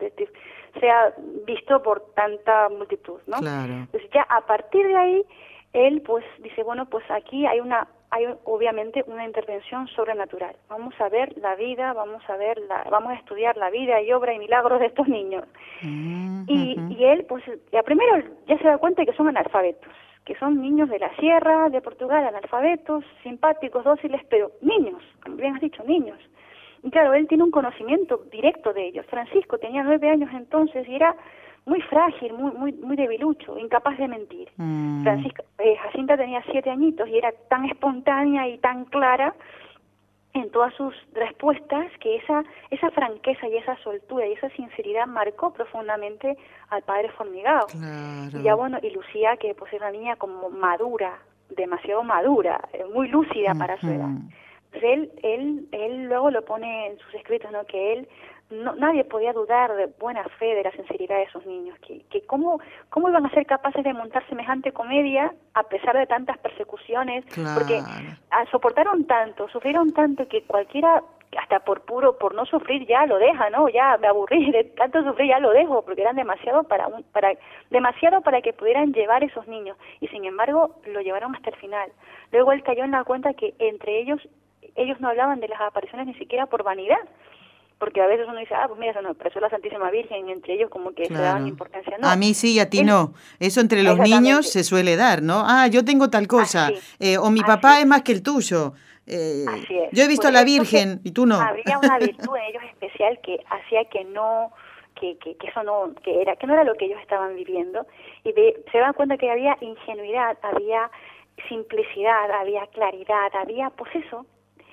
sea visto por tanta multitud, ¿no? Claro. Entonces ya a partir de ahí, él pues dice, bueno, pues aquí hay una hay obviamente una intervención sobrenatural. Vamos a ver la vida, vamos a ver la, vamos a estudiar la vida y obra y milagros de estos niños. Mm-hmm. Y, y él, pues, ya primero ya se da cuenta de que son analfabetos, que son niños de la sierra, de Portugal, analfabetos, simpáticos, dóciles, pero niños, como bien has dicho, niños. Y claro, él tiene un conocimiento directo de ellos. Francisco tenía nueve años entonces y era muy frágil, muy muy muy debilucho, incapaz de mentir. Mm. Francisca, eh, Jacinta tenía siete añitos y era tan espontánea y tan clara en todas sus respuestas que esa esa franqueza y esa soltura y esa sinceridad marcó profundamente al padre Formigao. Claro. Y ya bueno, y Lucía, que pues era una niña como madura, demasiado madura, eh, muy lúcida para su edad. Entonces él, él, él luego lo pone en sus escritos, ¿no? Que él No, nadie podía dudar de buena fe de la sinceridad de esos niños, que, que cómo, cómo iban a ser capaces de montar semejante comedia a pesar de tantas persecuciones, claro. porque ah, soportaron tanto, sufrieron tanto que cualquiera, hasta por puro, por no sufrir ya lo deja, ¿no? Ya me aburrí de tanto sufrir, ya lo dejo, porque eran demasiado para un, para demasiado para que pudieran llevar esos niños, y sin embargo lo llevaron hasta el final. Luego él cayó en la cuenta que entre ellos, ellos no hablaban de las apariciones ni siquiera por vanidad, porque a veces uno dice, ah, pues mira, eso no, pero eso es la Santísima Virgen, y entre ellos como que claro. se daban importancia. No. A mí sí y a ti Él, no. Eso entre los niños se suele dar, ¿no? Ah, yo tengo tal cosa, así, eh, o mi así. papá es más que el tuyo. Eh, así es. Yo he visto Pues a la entonces, Virgen y tú no. Había una virtud en ellos especial que hacía que no, que, que, que eso no, que era, que no era lo que ellos estaban viviendo, y de, se dan cuenta que había ingenuidad, había simplicidad, había claridad, había, pues eso,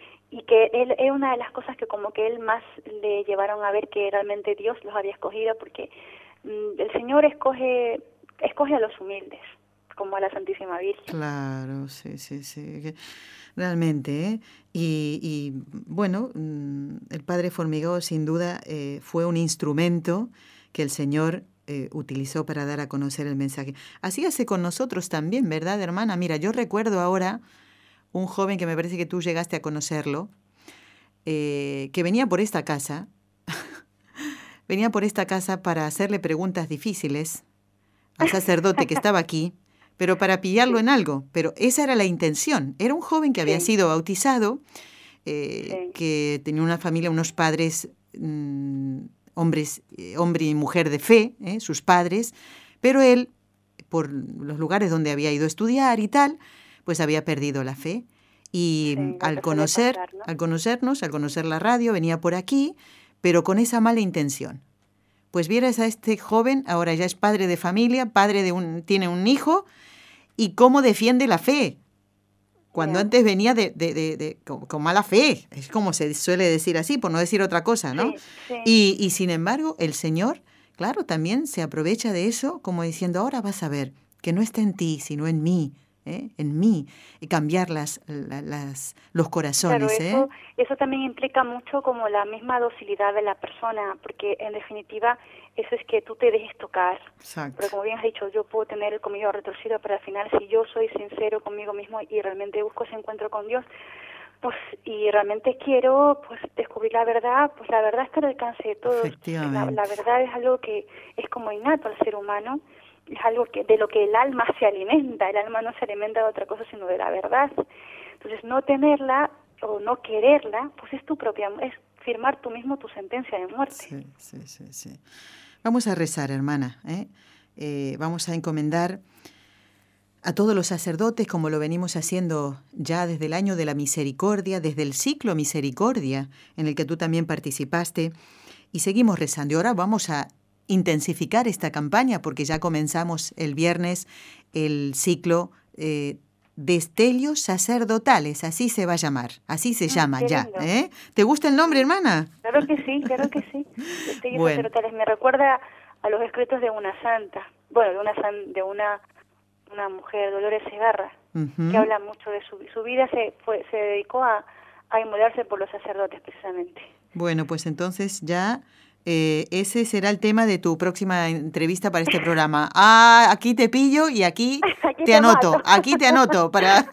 y que él era una de las cosas que como que él más le llevaron a ver que realmente Dios los había escogido, porque mmm, el Señor escoge escoge a los humildes, como a la Santísima Virgen. Claro, sí, sí, sí, realmente, ¿eh? Y, y bueno, el padre Formigao sin duda eh, fue un instrumento que el Señor eh, utilizó para dar a conocer el mensaje. Así hace con nosotros también, ¿verdad, hermana? Mira, yo recuerdo ahora un joven que me parece que tú llegaste a conocerlo, eh, que venía por esta casa, venía por esta casa para hacerle preguntas difíciles al sacerdote que estaba aquí, pero para pillarlo en algo. Pero esa era la intención. Era un joven que había sí. sido bautizado, eh, sí. que tenía una familia, unos padres, mmm, hombres, eh, hombre y mujer de fe, eh, sus padres, pero él, por los lugares donde había ido a estudiar y tal, pues había perdido la fe. Y sí, al conocer, pasar, ¿no? al conocernos, al conocer la radio, venía por aquí, pero con esa mala intención. Pues vieras a este joven, ahora ya es padre de familia, padre de un, tiene un hijo, y cómo defiende la fe, cuando yeah. antes venía de, de, de, de con, con mala fe, es como se suele decir así, por no decir otra cosa, ¿no? Sí, sí. Y, y sin embargo, el Señor, claro, también se aprovecha de eso, como diciendo, ahora vas a ver que no está en ti, sino en mí, ¿eh? en mí, y cambiar las, las, las, los corazones. Claro, eso, ¿eh? eso también implica mucho como la misma docilidad de la persona, porque en definitiva eso es que tú te dejes tocar. Exacto. Pero como bien has dicho, yo puedo tener el colmillo retorcido, pero al final si yo soy sincero conmigo mismo y realmente busco ese encuentro con Dios, pues y realmente quiero pues descubrir la verdad, pues la verdad está al alcance de todos. La, la verdad es algo que es como innato al ser humano, es algo que de lo que el alma se alimenta. El alma no se alimenta de otra cosa sino de la verdad. Entonces no tenerla o no quererla, pues es tu propia, es firmar tú mismo tu sentencia de muerte. Sí, sí, sí, sí. Vamos a rezar, hermana, ¿eh? Eh, vamos a encomendar a todos los sacerdotes, como lo venimos haciendo ya desde el año de la misericordia, desde el ciclo Misericordia, en el que tú también participaste, y seguimos rezando. Y ahora vamos a intensificar esta campaña, porque ya comenzamos el viernes el ciclo eh, Destellos Sacerdotales, así se va a llamar, así se Ah, llama qué ya. lindo. ¿eh? ¿Te gusta el nombre, hermana? Claro que sí, claro que sí. Destellos Bueno. sacerdotales. Me recuerda a los escritos de una santa, bueno, de una san- de una una mujer, Dolores Segarra, Ujú. que habla mucho de su su vida, se fue se dedicó a, a inmolarse por los sacerdotes precisamente. Bueno, pues entonces ya eh, ese será el tema de tu próxima entrevista para este programa. Ah, aquí te pillo y aquí Aquí te te anoto, mato. aquí te anoto para...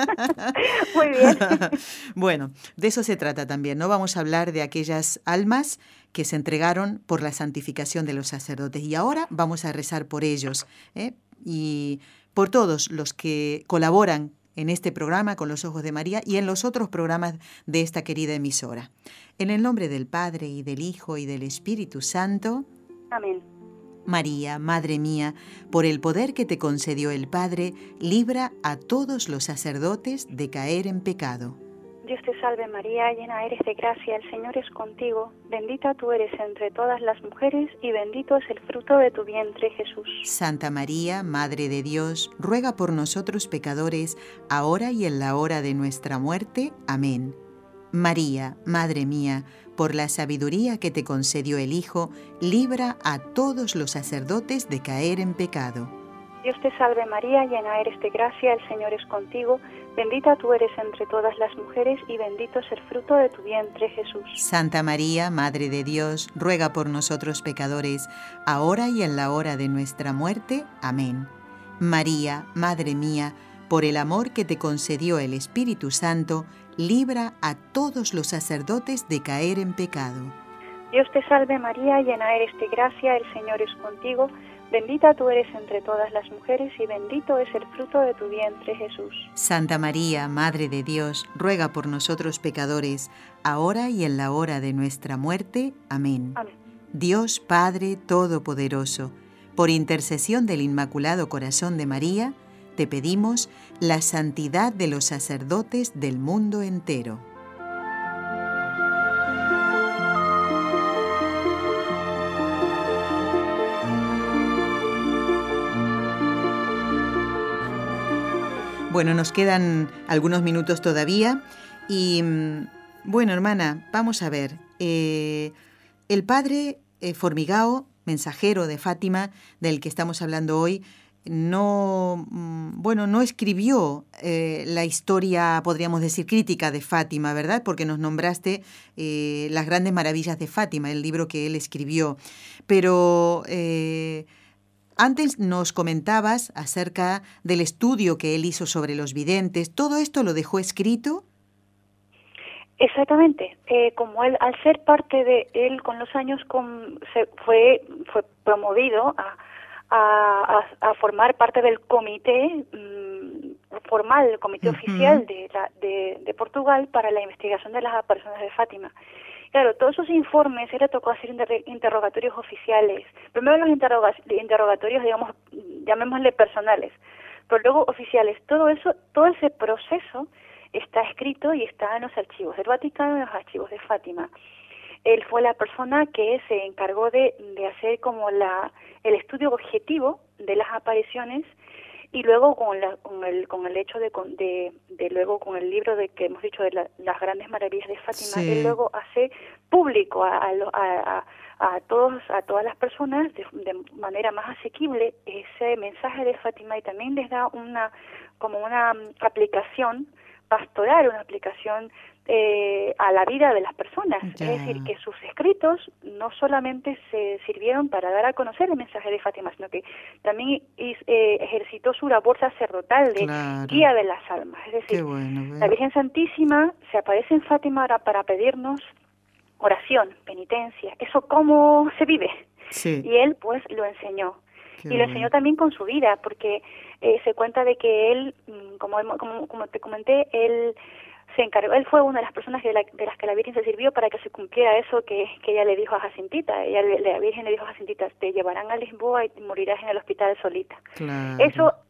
Muy bien. Bueno, de eso se trata también, ¿no? Vamos a hablar de aquellas almas que se entregaron por la santificación de los sacerdotes y ahora vamos a rezar por ellos, ¿eh? Y por todos los que colaboran en este programa con los Ojos de María y en los otros programas de esta querida emisora. En el nombre del Padre y del Hijo y del Espíritu Santo. Amén. María, Madre mía, por el poder que te concedió el Padre, libra a todos los sacerdotes de caer en pecado. Dios te salve María, llena eres de gracia, el Señor es contigo, bendita tú eres entre todas las mujeres y bendito es el fruto de tu vientre Jesús. Santa María, Madre de Dios, ruega por nosotros pecadores, ahora y en la hora de nuestra muerte. Amén. María, Madre mía, por la sabiduría que te concedió el Hijo, libra a todos los sacerdotes de caer en pecado. Dios te salve María, llena eres de gracia, el Señor es contigo, bendita tú eres entre todas las mujeres y bendito es el fruto de tu vientre Jesús. Santa María, Madre de Dios, ruega por nosotros pecadores, ahora y en la hora de nuestra muerte. Amén. María, Madre mía, por el amor que te concedió el Espíritu Santo, libra a todos los sacerdotes de caer en pecado. Dios te salve María, llena eres de gracia, el Señor es contigo, bendita tú eres entre todas las mujeres y bendito es el fruto de tu vientre Jesús. Santa María, Madre de Dios, ruega por nosotros pecadores, ahora y en la hora de nuestra muerte. Amén. Amén. Dios Padre Todopoderoso, por intercesión del Inmaculado Corazón de María, te pedimos la santidad de los sacerdotes del mundo entero. Bueno, nos quedan algunos minutos todavía y, bueno, hermana, vamos a ver. Eh, el padre eh, Formigao, mensajero de Fátima, del que estamos hablando hoy, no, bueno, no escribió eh, la historia, podríamos decir, crítica de Fátima, ¿verdad? Porque nos nombraste eh, Las grandes maravillas de Fátima, el libro que él escribió. Pero eh, antes nos comentabas acerca del estudio que él hizo sobre los videntes. ¿Todo esto lo dejó escrito? Exactamente. Eh, como él, al ser parte de él, con los años con, se fue, fue promovido a A, a, a formar parte del comité mmm, formal, el comité uh-huh. oficial de, la, de, de Portugal para la investigación de las apariciones de Fátima. Claro, todos esos informes, él le tocó hacer inter- interrogatorios oficiales. Primero los interroga- interrogatorios, digamos, llamémosle personales, pero luego oficiales. Todo eso, todo ese proceso está escrito y está en los archivos del Vaticano y en los archivos de Fátima. Él fue la persona que se encargó de, de hacer como la el estudio objetivo de las apariciones y luego con, la, con el con el hecho de, de, de luego con el libro de que hemos dicho de la, las grandes maravillas de Fátima, sí. Él luego hace público a, a, a, a todos a todas las personas de, de manera más asequible ese mensaje de Fátima y también les da una como una aplicación pastoral, una aplicación eh, a la vida de las personas. Ya. Es decir, que sus escritos no solamente se sirvieron para dar a conocer el mensaje de Fátima, sino que también eh, ejercitó su labor sacerdotal de claro. guía de las almas. Es decir, bueno, la Virgen Santísima se aparece en Fátima para pedirnos oración, penitencia. ¿Eso cómo se vive? Sí. Y él, pues, lo enseñó. Qué y lo enseñó bueno. También con su vida, porque eh, se cuenta de que él, como, como, como te comenté, él se encargó, él fue una de las personas de, la, de las que la Virgen se sirvió para que se cumpliera eso que, que ella le dijo a Jacintita. Ella, la Virgen le dijo a Jacintita, te llevarán a Lisboa y morirás en el hospital solita. Claro. Eso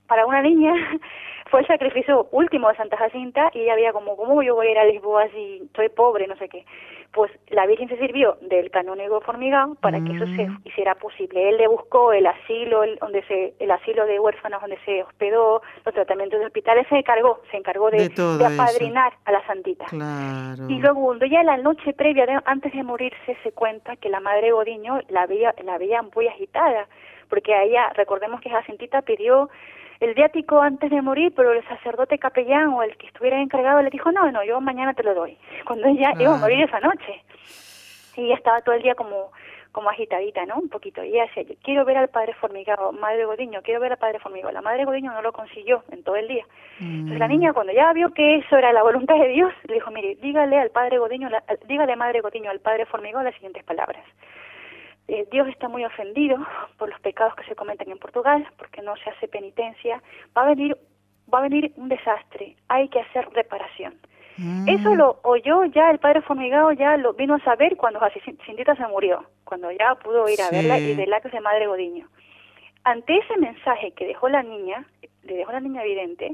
para una niña fue el sacrificio último de Santa Jacinta, y ella había como, ¿cómo yo voy a ir a Lisboa si soy pobre, no sé qué? Pues la Virgen se sirvió del canónigo Formigao para mm. que eso se hiciera posible. Él le buscó el asilo, el, donde se, el asilo de huérfanos donde se hospedó, los tratamientos de hospitales, se encargó, se encargó de, de, de apadrinar eso a la santita. Claro. Y luego, cuando ya la noche previa, de, antes de morirse, se cuenta que la Madre Godiño la veía, la veía muy agitada, porque a ella, recordemos que Jacintita pidió el viático antes de morir, pero el sacerdote capellán o el que estuviera encargado le dijo, no, no, yo mañana te lo doy, cuando ella claro. iba a morir esa noche. Y ella estaba todo el día como como agitadita, ¿no? Un poquito. Y ella decía, yo quiero ver al Padre Formigao, Madre Godiño, quiero ver al Padre Formigao. La Madre Godiño no lo consiguió en todo el día. Mm. Entonces la niña, cuando ya vio que eso era la voluntad de Dios, le dijo, mire, dígale al Padre Godiño, la, dígale Madre Godiño al Padre Formigao las siguientes palabras. Eh, Dios está muy ofendido por los pecados que se cometen en Portugal, porque no se hace penitencia. Va a venir, va a venir un desastre. Hay que hacer reparación. Mm. Eso lo oyó ya el Padre Formigao, ya lo vino a saber cuando Jacintita se murió, cuando ya pudo ir a sí. verla y de la que de Madre Godiño. Ante ese mensaje que dejó la niña, le dejó la niña vidente,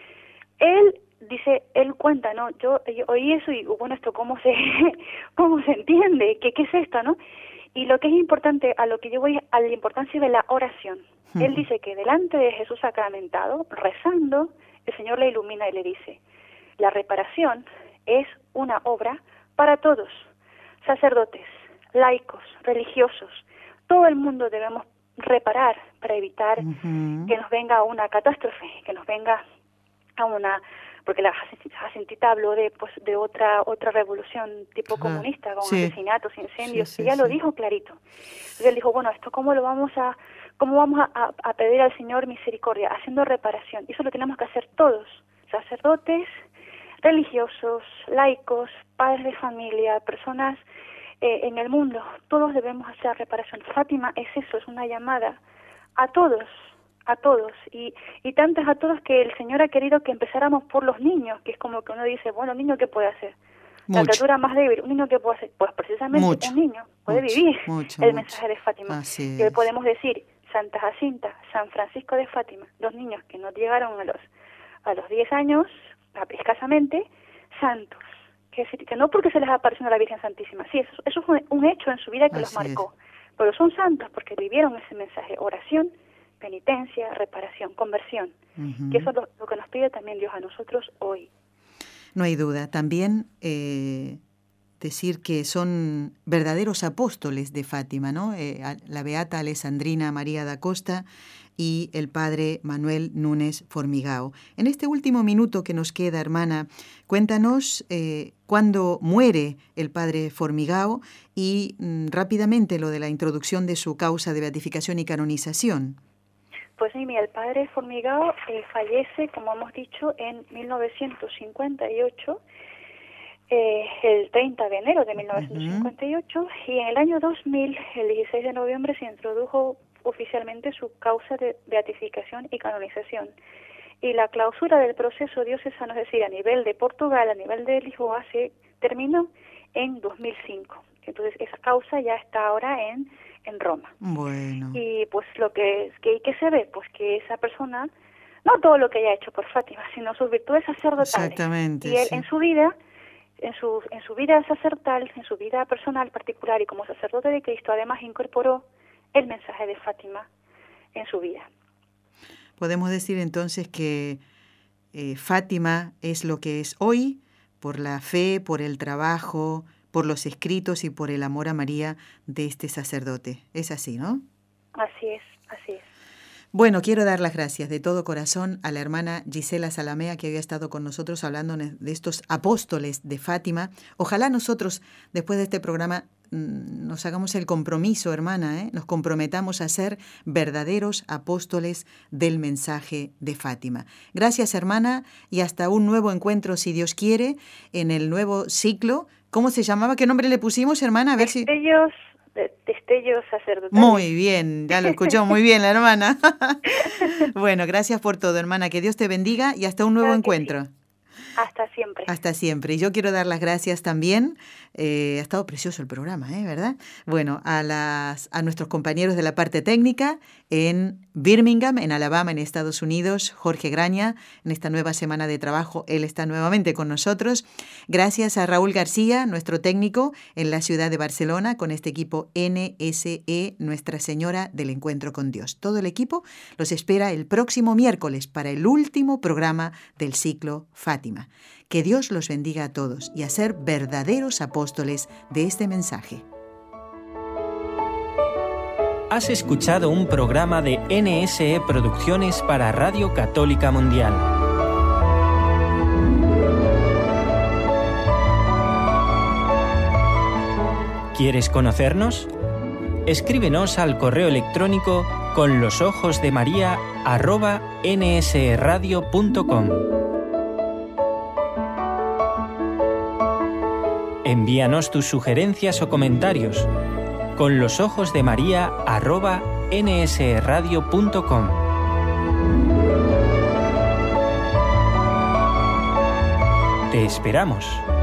él dice, él cuenta, ¿no? Yo, yo oí eso y bueno, esto cómo se, cómo se entiende, ¿qué, qué es esto, no? Y lo que es importante, a lo que yo voy, a la importancia de la oración. Uh-huh. Él dice que delante de Jesús sacramentado, rezando, el Señor le ilumina y le dice, la reparación es una obra para todos, sacerdotes, laicos, religiosos, todo el mundo debemos reparar para evitar uh-huh. que nos venga una catástrofe, que nos venga a una... porque la Jacintita habló de pues de otra otra revolución tipo ah, comunista, con sí. asesinatos, incendios, sí, sí, y ella sí. lo dijo clarito. Entonces él dijo, bueno, esto cómo lo vamos a cómo vamos a, a, a pedir al Señor misericordia, haciendo reparación. Y eso lo tenemos que hacer todos, sacerdotes, religiosos, laicos, padres de familia, personas eh, en el mundo, todos debemos hacer reparación. Fátima es eso, es una llamada a todos, a todos, y, y tantas a todos que el Señor ha querido que empezáramos por los niños, que es como que uno dice, bueno, niño, ¿qué puede hacer? Mucho. La criatura más débil, un niño, ¿qué puede hacer? Pues precisamente mucho, un niño puede mucho, vivir mucho, el mucho. mensaje de Fátima. Y hoy podemos decir, Santa Jacinta, San Francisco de Fátima, dos niños que no llegaron a los a los diez años, escasamente, santos. Que, decir, que no porque se les apareció la Virgen Santísima, sí, eso, eso es un, un hecho en su vida que Así los marcó, es. pero son santos porque vivieron ese mensaje, oración, penitencia, reparación, conversión, uh-huh. que eso es lo, lo que nos pide también Dios a nosotros hoy. No hay duda. También eh, decir que son verdaderos apóstoles de Fátima, ¿no? Eh, la beata Alessandrina María da Costa y el padre Manuel Núñez Formigao. En este último minuto que nos queda, hermana, cuéntanos eh, cuándo muere el padre Formigao y mm, rápidamente lo de la introducción de su causa de beatificación y canonización. Pues sí, mira, el padre Formigao eh, fallece, como hemos dicho, en mil novecientos cincuenta y ocho, eh, el treinta de enero de mil novecientos cincuenta y ocho, uh-huh. y en el año dos mil, el dieciséis de noviembre, se introdujo oficialmente su causa de beatificación y canonización. Y la clausura del proceso diocesano, es decir, a nivel de Portugal, a nivel de Lisboa, se terminó en dos mil cinco. Entonces, esa causa ya está ahora en en Roma. Bueno. Y pues lo que, que, que se ve, pues que esa persona, no todo lo que haya hecho por Fátima, sino sus virtudes sacerdotales. Exactamente. Y él sí. en su vida, en su, en su vida sacerdotal, en su vida personal particular y como sacerdote de Cristo, además incorporó el mensaje de Fátima en su vida. Podemos decir entonces que eh, Fátima es lo que es hoy por la fe, por el trabajo, por los escritos y por el amor a María de este sacerdote. Es así, ¿no? Así es, así es. Bueno, quiero dar las gracias de todo corazón a la hermana Gisela Salamea, que había estado con nosotros hablando de estos apóstoles de Fátima. Ojalá nosotros, después de este programa, nos hagamos el compromiso, hermana, ¿eh? Nos comprometamos a ser verdaderos apóstoles del mensaje de Fátima. Gracias, hermana, y hasta un nuevo encuentro, si Dios quiere, en el nuevo ciclo. ¿Cómo se llamaba? ¿Qué nombre le pusimos, hermana? A ver destellos, si... destellos sacerdotales. Muy bien, ya lo escuchó muy bien la hermana. Bueno, gracias por todo, hermana. Que Dios te bendiga y hasta un nuevo claro encuentro. Sí. Hasta siempre. Hasta siempre. Y yo quiero dar las gracias también. Eh, ha estado precioso el programa, ¿eh? ¿Verdad? Bueno, a, las, a nuestros compañeros de la parte técnica en Birmingham, en Alabama, en Estados Unidos, Jorge Graña, en esta nueva semana de trabajo, él está nuevamente con nosotros. Gracias a Raúl García, nuestro técnico en la ciudad de Barcelona, con este equipo N S E, Nuestra Señora del Encuentro con Dios. Todo el equipo los espera el próximo miércoles para el último programa del ciclo Fátima. Que Dios los bendiga a todos y a ser verdaderos apóstoles de este mensaje. Has escuchado un programa de N S E Producciones para Radio Católica Mundial. ¿Quieres conocernos? Escríbenos al correo electrónico con los ojos de María arroba nsradio punto com. Envíanos tus sugerencias o comentarios con los ojos de María arroba nsradio punto com. Te esperamos.